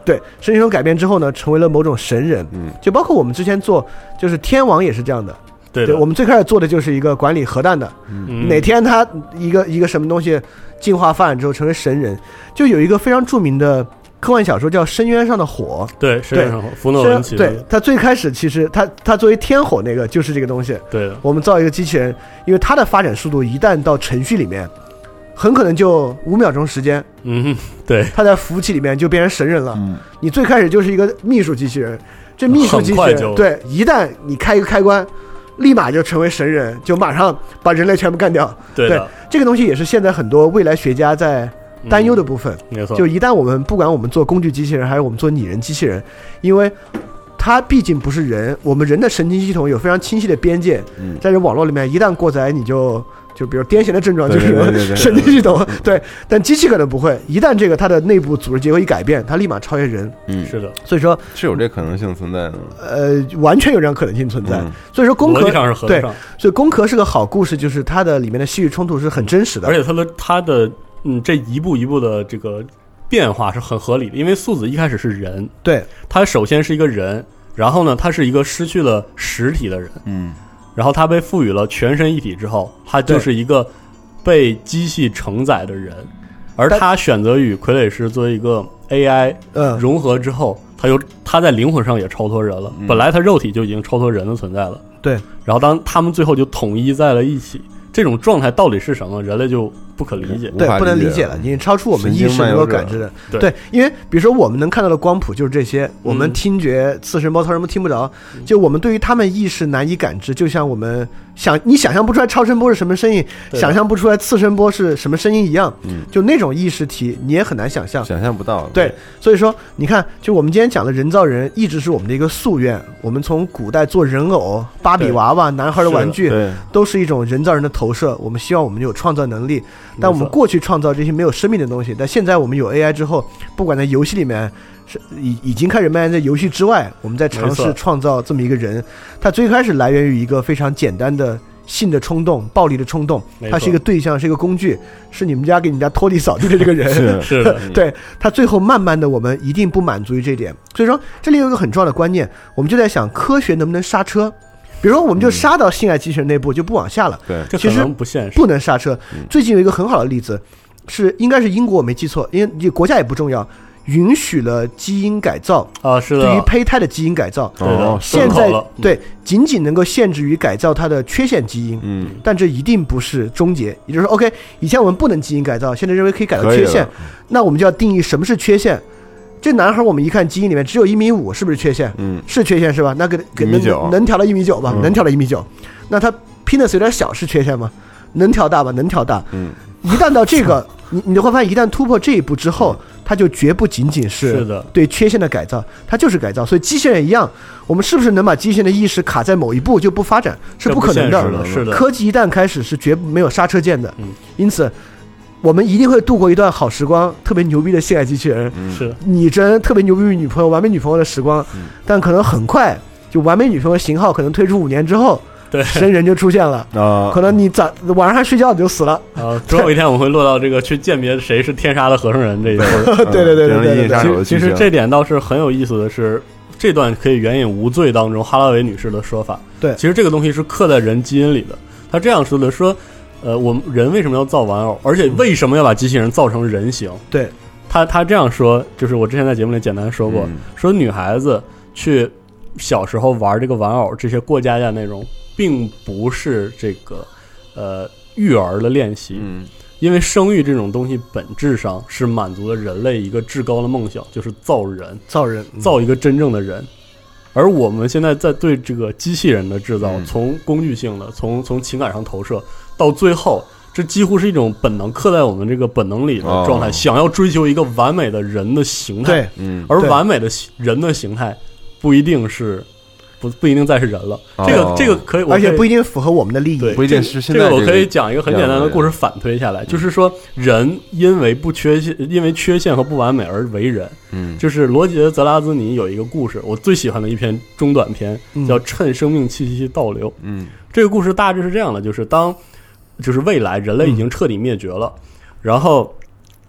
[SPEAKER 7] 对，身体系统改变之后呢，成为了某种神人。
[SPEAKER 10] 嗯，
[SPEAKER 7] 就包括我们之前做，就是天王也是这样的。
[SPEAKER 2] 对
[SPEAKER 7] 对，我们最开始做的就是一个管理核弹的，
[SPEAKER 2] 嗯、
[SPEAKER 7] 哪天他一个一个什么东西进化发展之后成为神人，就有一个非常著名的科幻小说叫《深渊上的火》。
[SPEAKER 2] 对，深渊上的火，福诺文奇。
[SPEAKER 7] 对，他最开始其实他他作为天火那个就是这个东西。
[SPEAKER 2] 对的，
[SPEAKER 7] 我们造一个机器人，因为它的发展速度一旦到程序里面，很可能就五秒钟时间。
[SPEAKER 2] 嗯，对，
[SPEAKER 7] 他在服务器里面就变成神人了。嗯，你最开始就是一个秘书机器人，这秘书机器人对，一旦你开一个开关。立马就成为神人，就马上把人类全部干掉。
[SPEAKER 2] 对的，
[SPEAKER 7] 对，这个东西也是现在很多未来学家在担忧的部分。
[SPEAKER 2] 嗯、没错，
[SPEAKER 7] 就一旦我们不管我们做工具机器人还是我们做拟人机器人，因为它毕竟不是人，我们人的神经系统有非常清晰的边界，嗯、在这网络里面一旦过载，你就。就比如癫痫的症状就是神经系统，对，但机器可能不会。一旦这个它的内部组织结构一改变，它立马超越人。
[SPEAKER 10] 嗯，
[SPEAKER 2] 是的。
[SPEAKER 7] 所以说
[SPEAKER 10] 是有这可能性存在的。
[SPEAKER 7] 呃，完全有这样可能性存在。嗯、所以说，攻壳对，所以攻壳是个好故事，就是它的里面的戏剧冲突是很真实的，
[SPEAKER 2] 而且它的它的嗯这一步一步的这个变化是很合理的，因为素子一开始是人，
[SPEAKER 7] 对，
[SPEAKER 2] 他首先是一个人，然后呢，他是一个失去了实体的人，
[SPEAKER 10] 嗯。
[SPEAKER 2] 然后他被赋予了全身一体之后，他就是一个被机器承载的人，而他选择与傀儡师作为一个 A I 融合之后，嗯、他又他在灵魂上也超脱人了。嗯、本来他肉体就已经超脱人的存在了，
[SPEAKER 7] 对。
[SPEAKER 2] 然后当他们最后就统一在了一起，这种状态到底是什么？人类就不可理解，
[SPEAKER 7] 对，不能理解了，已经超出我们意识能够感知的。对, 对，因为比如说我们能看到的光谱就是这些，我们听觉、次声波、超声波听不着，就我们对于他们意识难以感知，就像我们想你想象不出来超声波是什么声音，想象不出来次声波是什么声音一样，就那种意识体你也很难想象，
[SPEAKER 10] 想象不到。
[SPEAKER 7] 对，所以说你看，就我们今天讲的人造人，一直是我们的一个夙愿。我们从古代做人偶、芭比娃娃、男孩的玩具，都是一种人造人的投射。我们希望我们有创造能力，但我们过去创造这些没有生命的东西，但现在我们有 A I 之后，不管在游戏里面是已已经开始蔓延在游戏之外，我们在尝试创造这么一个人。它最开始来源于一个非常简单的性的冲动、暴力的冲动，它是一个对象，是一个工具，是你们家给你们家拖地扫地的这个人。
[SPEAKER 2] 是是的，
[SPEAKER 7] 对，它最后慢慢的，我们一定不满足于这点。所以说，这里有一个很重要的观念，我们就在想，科学能不能刹车？比如说，我们就杀到性爱机器人那步，就不往下了。
[SPEAKER 10] 对，
[SPEAKER 2] 这可能不现实，
[SPEAKER 7] 不能刹车。最近有一个很好的例子，是应该是英国，我没记错，因为国家也不重要，允许了基因改造
[SPEAKER 2] 啊，是的，
[SPEAKER 7] 对于胚胎的基因改造，
[SPEAKER 2] 对的，
[SPEAKER 7] 现在对仅仅能够限制于改造它的缺陷基因，
[SPEAKER 10] 嗯，
[SPEAKER 7] 但这一定不是终结。也就是说 ，OK， 以前我们不能基因改造，现在认为可以改造缺陷，那我们就要定义什么是缺陷。这男孩我们一看基因里面只有一米五，是不是缺陷？
[SPEAKER 10] 嗯，
[SPEAKER 7] 是缺陷是吧？那个能能调到一米九吧？
[SPEAKER 10] 嗯、
[SPEAKER 7] 能调到一米九。那他 penis 有点小是缺陷吗？能调大吧？能调大。
[SPEAKER 10] 嗯，
[SPEAKER 7] 一旦到这个，你你会发现，一旦突破这一步之后，它就绝不仅仅是对缺陷的改造，它就是改造。所以机器人一样，我们是不是能把机器人的意识卡在某一步就不发展？是不可能的。
[SPEAKER 2] 是的，
[SPEAKER 7] 科技一旦开始是绝没有刹车键的。嗯，因此。我们一定会度过一段好时光，特别牛逼的性爱机器人，
[SPEAKER 2] 是
[SPEAKER 7] 拟真特别牛逼的女朋友、完美女朋友的时光，
[SPEAKER 10] 嗯、
[SPEAKER 7] 但可能很快就完美女朋友型号可能推出五年之后，
[SPEAKER 2] 对
[SPEAKER 7] 神人就出现了
[SPEAKER 10] 啊，
[SPEAKER 7] 可能你早晚上还睡觉你就死了
[SPEAKER 2] 啊，总有一天我们会落到这个去鉴别谁是天杀的合成人这一步。
[SPEAKER 7] 对对对对对
[SPEAKER 10] 对，
[SPEAKER 2] 其实这点倒是很有意思的是，这段可以援引无罪当中哈拉维女士的说法。
[SPEAKER 7] 对，
[SPEAKER 2] 其实这个东西是刻在人基因里的。她这样说的说。呃，我们人为什么要造玩偶？而且为什么要把机器人造成人形？
[SPEAKER 7] 对，
[SPEAKER 2] 他他这样说，就是我之前在节目里简单说过，
[SPEAKER 10] 嗯、
[SPEAKER 2] 说女孩子去小时候玩这个玩偶，这些过家家内容，并不是这个呃育儿的练习，
[SPEAKER 10] 嗯，
[SPEAKER 2] 因为生育这种东西本质上是满足了人类一个至高的梦想，就是造人，
[SPEAKER 7] 造人，
[SPEAKER 2] 嗯、造一个真正的人。而我们现在在对这个机器人的制造，
[SPEAKER 10] 嗯、
[SPEAKER 2] 从工具性的，从从情感上投射，到最后，这几乎是一种本能刻在我们这个本能里的状态，
[SPEAKER 10] 哦、
[SPEAKER 2] 想要追求一个完美的人的形态。
[SPEAKER 7] 对，
[SPEAKER 10] 嗯，
[SPEAKER 2] 而完美的人的形态不一定是。不不一定再是人了，
[SPEAKER 10] 哦、
[SPEAKER 2] 这个这个可以，
[SPEAKER 7] 而且不一定符合我们的利益。
[SPEAKER 10] 不一定是现在
[SPEAKER 2] 这个我可以讲一个很简单的故事反推下来，就是说人因为不缺陷，因为缺陷和不完美而为人。
[SPEAKER 10] 嗯，
[SPEAKER 2] 就是罗杰·泽拉兹尼有一个故事，我最喜欢的一篇中短篇，叫《趁生命气息倒流》。
[SPEAKER 10] 嗯，
[SPEAKER 2] 这个故事大致是这样的，就是当就是未来人类已经彻底灭绝了，嗯、然后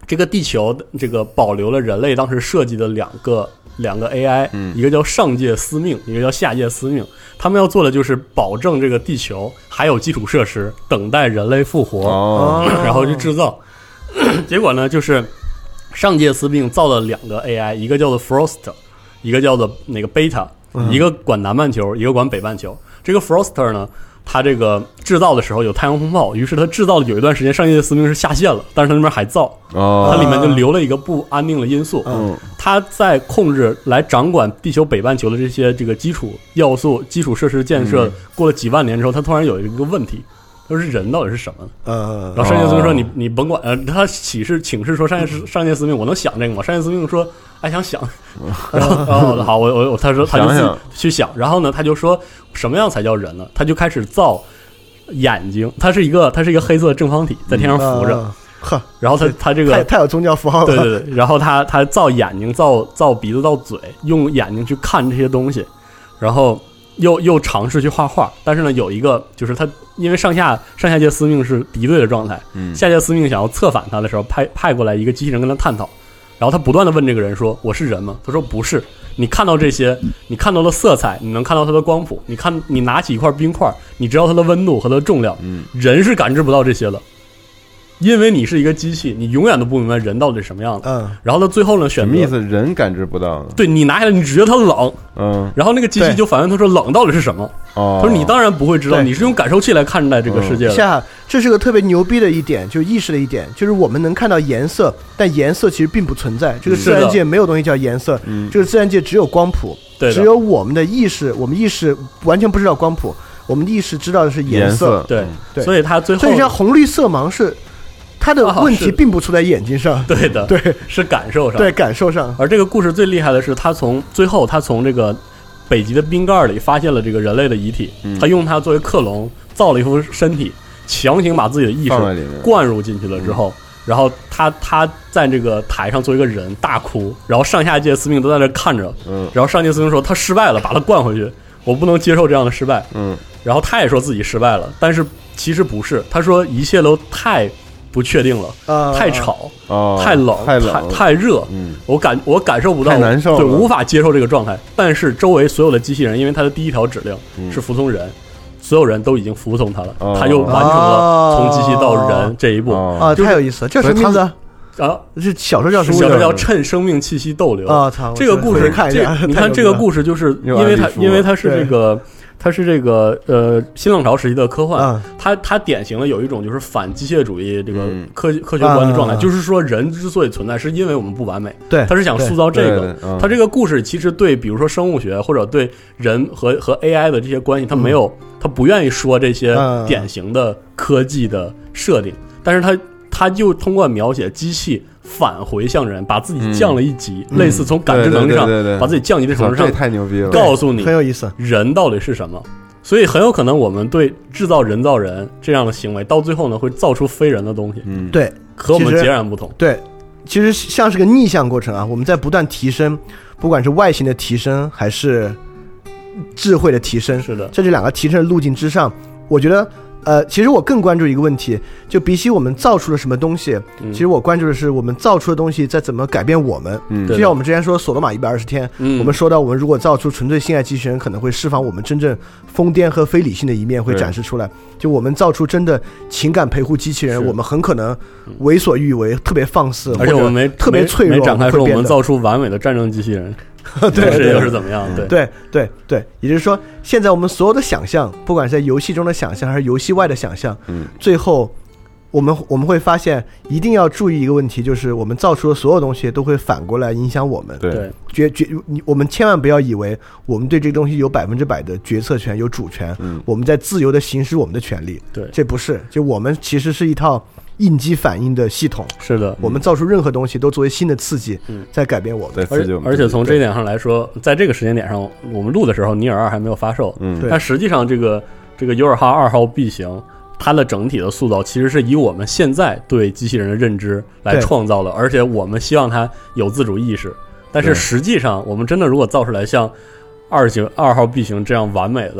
[SPEAKER 2] 这个地球这个保留了人类当时设计的两个两个 A I，、嗯、一个叫上界司命，一个叫下界司命。他们要做的就是保证这个地球还有基础设施，等待人类复活，
[SPEAKER 10] 哦、
[SPEAKER 2] 然后去制造。结果呢，就是上界司命造了两个 A I， 一个叫做 Frost， 一个叫做那个 Beta，、嗯、一个管南半球，一个管北半球。这个 Froster 呢，它这个制造的时候有太阳风暴，于是它制造的有一段时间上界司命是下线了，但是它那边还造，
[SPEAKER 10] 哦、
[SPEAKER 2] 它里面就留了一个不安定的因素。
[SPEAKER 10] 嗯，
[SPEAKER 2] 它在控制来掌管地球北半球的这些这个基础要素、基础设施建设，嗯、过了几万年之后，它突然有一个问题。就是人到底是什么呢？
[SPEAKER 7] 呃，
[SPEAKER 2] 然后上界司命说你：“你你甭管。”呃，他启示请示说：“上界上界司命，我能想这个吗？”上界司命说：“哎，想想。”然后，然后好，我我我，他说他就自己去想。然后呢，他就说什么样才叫人呢？他就开始造眼睛，它是一个它是一个黑色的正方体在天上浮着。
[SPEAKER 7] 呵、嗯，
[SPEAKER 2] 然后他他这个
[SPEAKER 7] 太太有宗教符号了。
[SPEAKER 2] 对对对。然后他他造眼睛，造造鼻子，造嘴，用眼睛去看这些东西，然后。又又尝试去画画，但是呢，有一个就是他，因为上下上下界司命是敌对的状态，嗯，下界司命想要策反他的时候，派派过来一个机器人跟他探讨，然后他不断的问这个人说：“我是人吗？”他说：“不是。你看到这些，你看到了色彩，你能看到它的光谱，你看你拿起一块冰块，你知道它的温度和它的重量，嗯，人是感知不到这些的。”因为你是一个机器，你永远都不明白人到底是什么样的。嗯，然后他最后呢，选择
[SPEAKER 10] 什么意思？人感知不到呢？
[SPEAKER 2] 对，你拿下来，你只觉得它冷。
[SPEAKER 10] 嗯，
[SPEAKER 2] 然后那个机器就反问他说：“冷到底是什么？”哦，他说：“你当然不会知道，你是用感受器来看待这个世界的。”
[SPEAKER 7] 下，这是个特别牛逼的一点，就是意识的一点，就是我们能看到颜色，但颜色其实并不存在。这个自然界没有东西叫颜色，嗯，这个自然界只有光谱，
[SPEAKER 2] 对，
[SPEAKER 7] 只有我们的意识，我们意识完全不知道光谱，我们的意识知道的是颜色。
[SPEAKER 2] 对
[SPEAKER 7] 对，
[SPEAKER 2] 所以他最后，
[SPEAKER 7] 所以像红绿色盲是。他的问题并不出在眼睛上，
[SPEAKER 2] 啊、对的，
[SPEAKER 7] 对，
[SPEAKER 2] 是感受上，
[SPEAKER 7] 对感受上。
[SPEAKER 2] 而这个故事最厉害的是，他从最后，他从这个北极的冰盖里发现了这个人类的遗体，嗯、他用它作为克隆造了一副身体，强行把自己的意识灌入进去了之后，嗯、然后他他在这个台上作为一个人大哭，然后上下界司命都在那看着，嗯，然后上界司命说他失败了，把他灌回去，我不能接受这样的失败，
[SPEAKER 10] 嗯，
[SPEAKER 2] 然后他也说自己失败了，但是其实不是，他说一切都太。不确定了，呃、太吵、
[SPEAKER 10] 呃、
[SPEAKER 2] 太冷、
[SPEAKER 10] 太冷、
[SPEAKER 2] 太热，嗯，我感我感受不到，
[SPEAKER 10] 太难受了，
[SPEAKER 2] 对，无法接受这个状态。但是周围所有的机器人，因为他的第一条指令是服从人，嗯、所有人都已经服从他了，哦、他又完成了从机器到人这一步，
[SPEAKER 7] 啊、哦，太有意思了，这什么名字啊？
[SPEAKER 2] 啊，
[SPEAKER 7] 这小说叫什么？
[SPEAKER 2] 小说叫《趁生命气息逗留》
[SPEAKER 7] 啊！操，
[SPEAKER 2] 这个故事
[SPEAKER 7] 看一下，
[SPEAKER 2] 你看这个故事，就是因为它，因为它是这个。它是这个呃新浪潮时期的科幻，嗯、它它典型的有一种就是反机械主义这个科、嗯、科学观的状态，嗯、就是说人之所以存在，是因为我们不完美。
[SPEAKER 7] 对，
[SPEAKER 2] 他是想塑造这个。
[SPEAKER 10] 嗯、
[SPEAKER 2] 他这个故事其实对，比如说生物学或者对人和和 A I 的这些关系，他没有，他、嗯、不愿意说这些典型的科技的设定，嗯、但是他他就通过描写机器。返回向人，把自己降了一级，嗯、类似从感知能力上把自己降级的程度上，
[SPEAKER 10] 这太牛逼了！
[SPEAKER 2] 告诉你
[SPEAKER 7] 很有意思，
[SPEAKER 2] 人到底是什么？所以很有可能我们对制造人造人这样的行为，到最后呢，会造出非人的东西。
[SPEAKER 10] 嗯，
[SPEAKER 7] 对，
[SPEAKER 2] 和我们截然不同。
[SPEAKER 7] 对，其实像是个逆向过程啊，我们在不断提升，不管是外形的提升还是智慧的提升，
[SPEAKER 2] 是的，
[SPEAKER 7] 在这两个提升的路径之上，我觉得。呃，其实我更关注一个问题，就比起我们造出了什么东西，嗯、其实我关注的是我们造出的东西在怎么改变我们。嗯，就像我们之前说索多玛一百二十天，嗯、我们说到我们如果造出纯粹性爱机器人，可能会释放我们真正疯癫和非理性的一面会展示出来。就我们造出真的情感陪护机器人，我们很可能为所欲为，特别放肆，
[SPEAKER 2] 而且我们没
[SPEAKER 7] 特别脆弱。
[SPEAKER 2] 没展开说我们造出完美的战争机器人。
[SPEAKER 7] 对，
[SPEAKER 2] 是又是怎么样？对
[SPEAKER 7] 对对对，也就是说，现在我们所有的想象，不管是在游戏中的想象还是游戏外的想象，嗯，最后我们我们会发现，一定要注意一个问题，就是我们造出的所有东西都会反过来影响我们。
[SPEAKER 10] 对，
[SPEAKER 7] 决决，你我们千万不要以为我们对这个东西有百分之百的决策权、有主权，嗯，我们在自由的行使我们的权利。
[SPEAKER 2] 对，
[SPEAKER 7] 这不是，就我们其实是一套。应激反应的系统
[SPEAKER 2] 是的，
[SPEAKER 7] 我们造出任何东西都作为新的刺激，嗯，在改变我们。
[SPEAKER 2] 而而且从这一点上来说，在这个时间点上，我们录的时候，尼尔二还没有发售，嗯，但实际上这个这个尤尔哈二号 B 型，它的整体的塑造其实是以我们现在对机器人的认知来创造的，而且我们希望它有自主意识。但是实际上，我们真的如果造出来像二型二号 B 型这样完美的。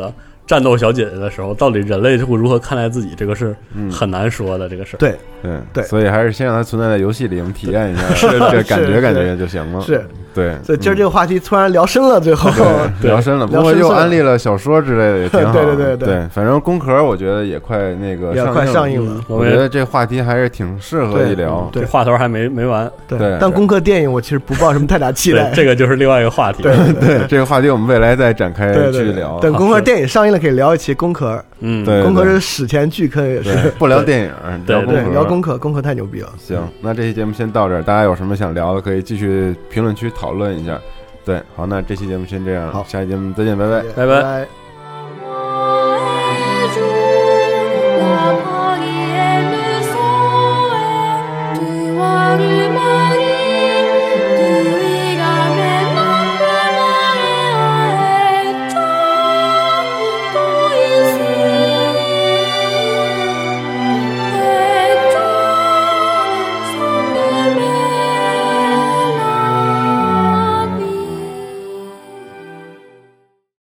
[SPEAKER 2] 战斗小姐姐的时候，到底人类会如何看待自己，这个是很难说的。这个事
[SPEAKER 7] 对
[SPEAKER 10] 对
[SPEAKER 7] 对，
[SPEAKER 10] 所以还是先让它存在在游戏里，我们体验一下这个感觉感觉就行了。
[SPEAKER 7] 是，
[SPEAKER 10] 对。
[SPEAKER 7] 所以今儿这个话题突然聊深了，最后
[SPEAKER 10] 聊深了，不过又安利了小说之类的，也挺好。
[SPEAKER 7] 对对对
[SPEAKER 10] 对，反正攻壳我觉得也快那个
[SPEAKER 7] 也快上映了。
[SPEAKER 10] 我觉得这话题还是挺适合一聊。
[SPEAKER 2] 对，话头还没没完。
[SPEAKER 7] 对，但攻壳电影我其实不抱什么太大期待。
[SPEAKER 2] 这个就是另外一个话题。
[SPEAKER 7] 对
[SPEAKER 10] 对，这个话题我们未来再展开去聊。
[SPEAKER 7] 等攻壳电影上映了，可以聊一期攻壳。
[SPEAKER 2] 嗯，
[SPEAKER 10] 对，
[SPEAKER 7] 攻壳是史前巨坑，也是
[SPEAKER 10] 不聊电影，
[SPEAKER 7] 对对，聊攻壳，攻壳太牛逼了。
[SPEAKER 10] 行，那这期节目先到这儿，大家有什么想聊的，可以继续评论区讨论一下。对，好，那这期节目先这样，
[SPEAKER 7] 好，
[SPEAKER 10] 下期节目再见，拜拜，
[SPEAKER 2] 拜拜。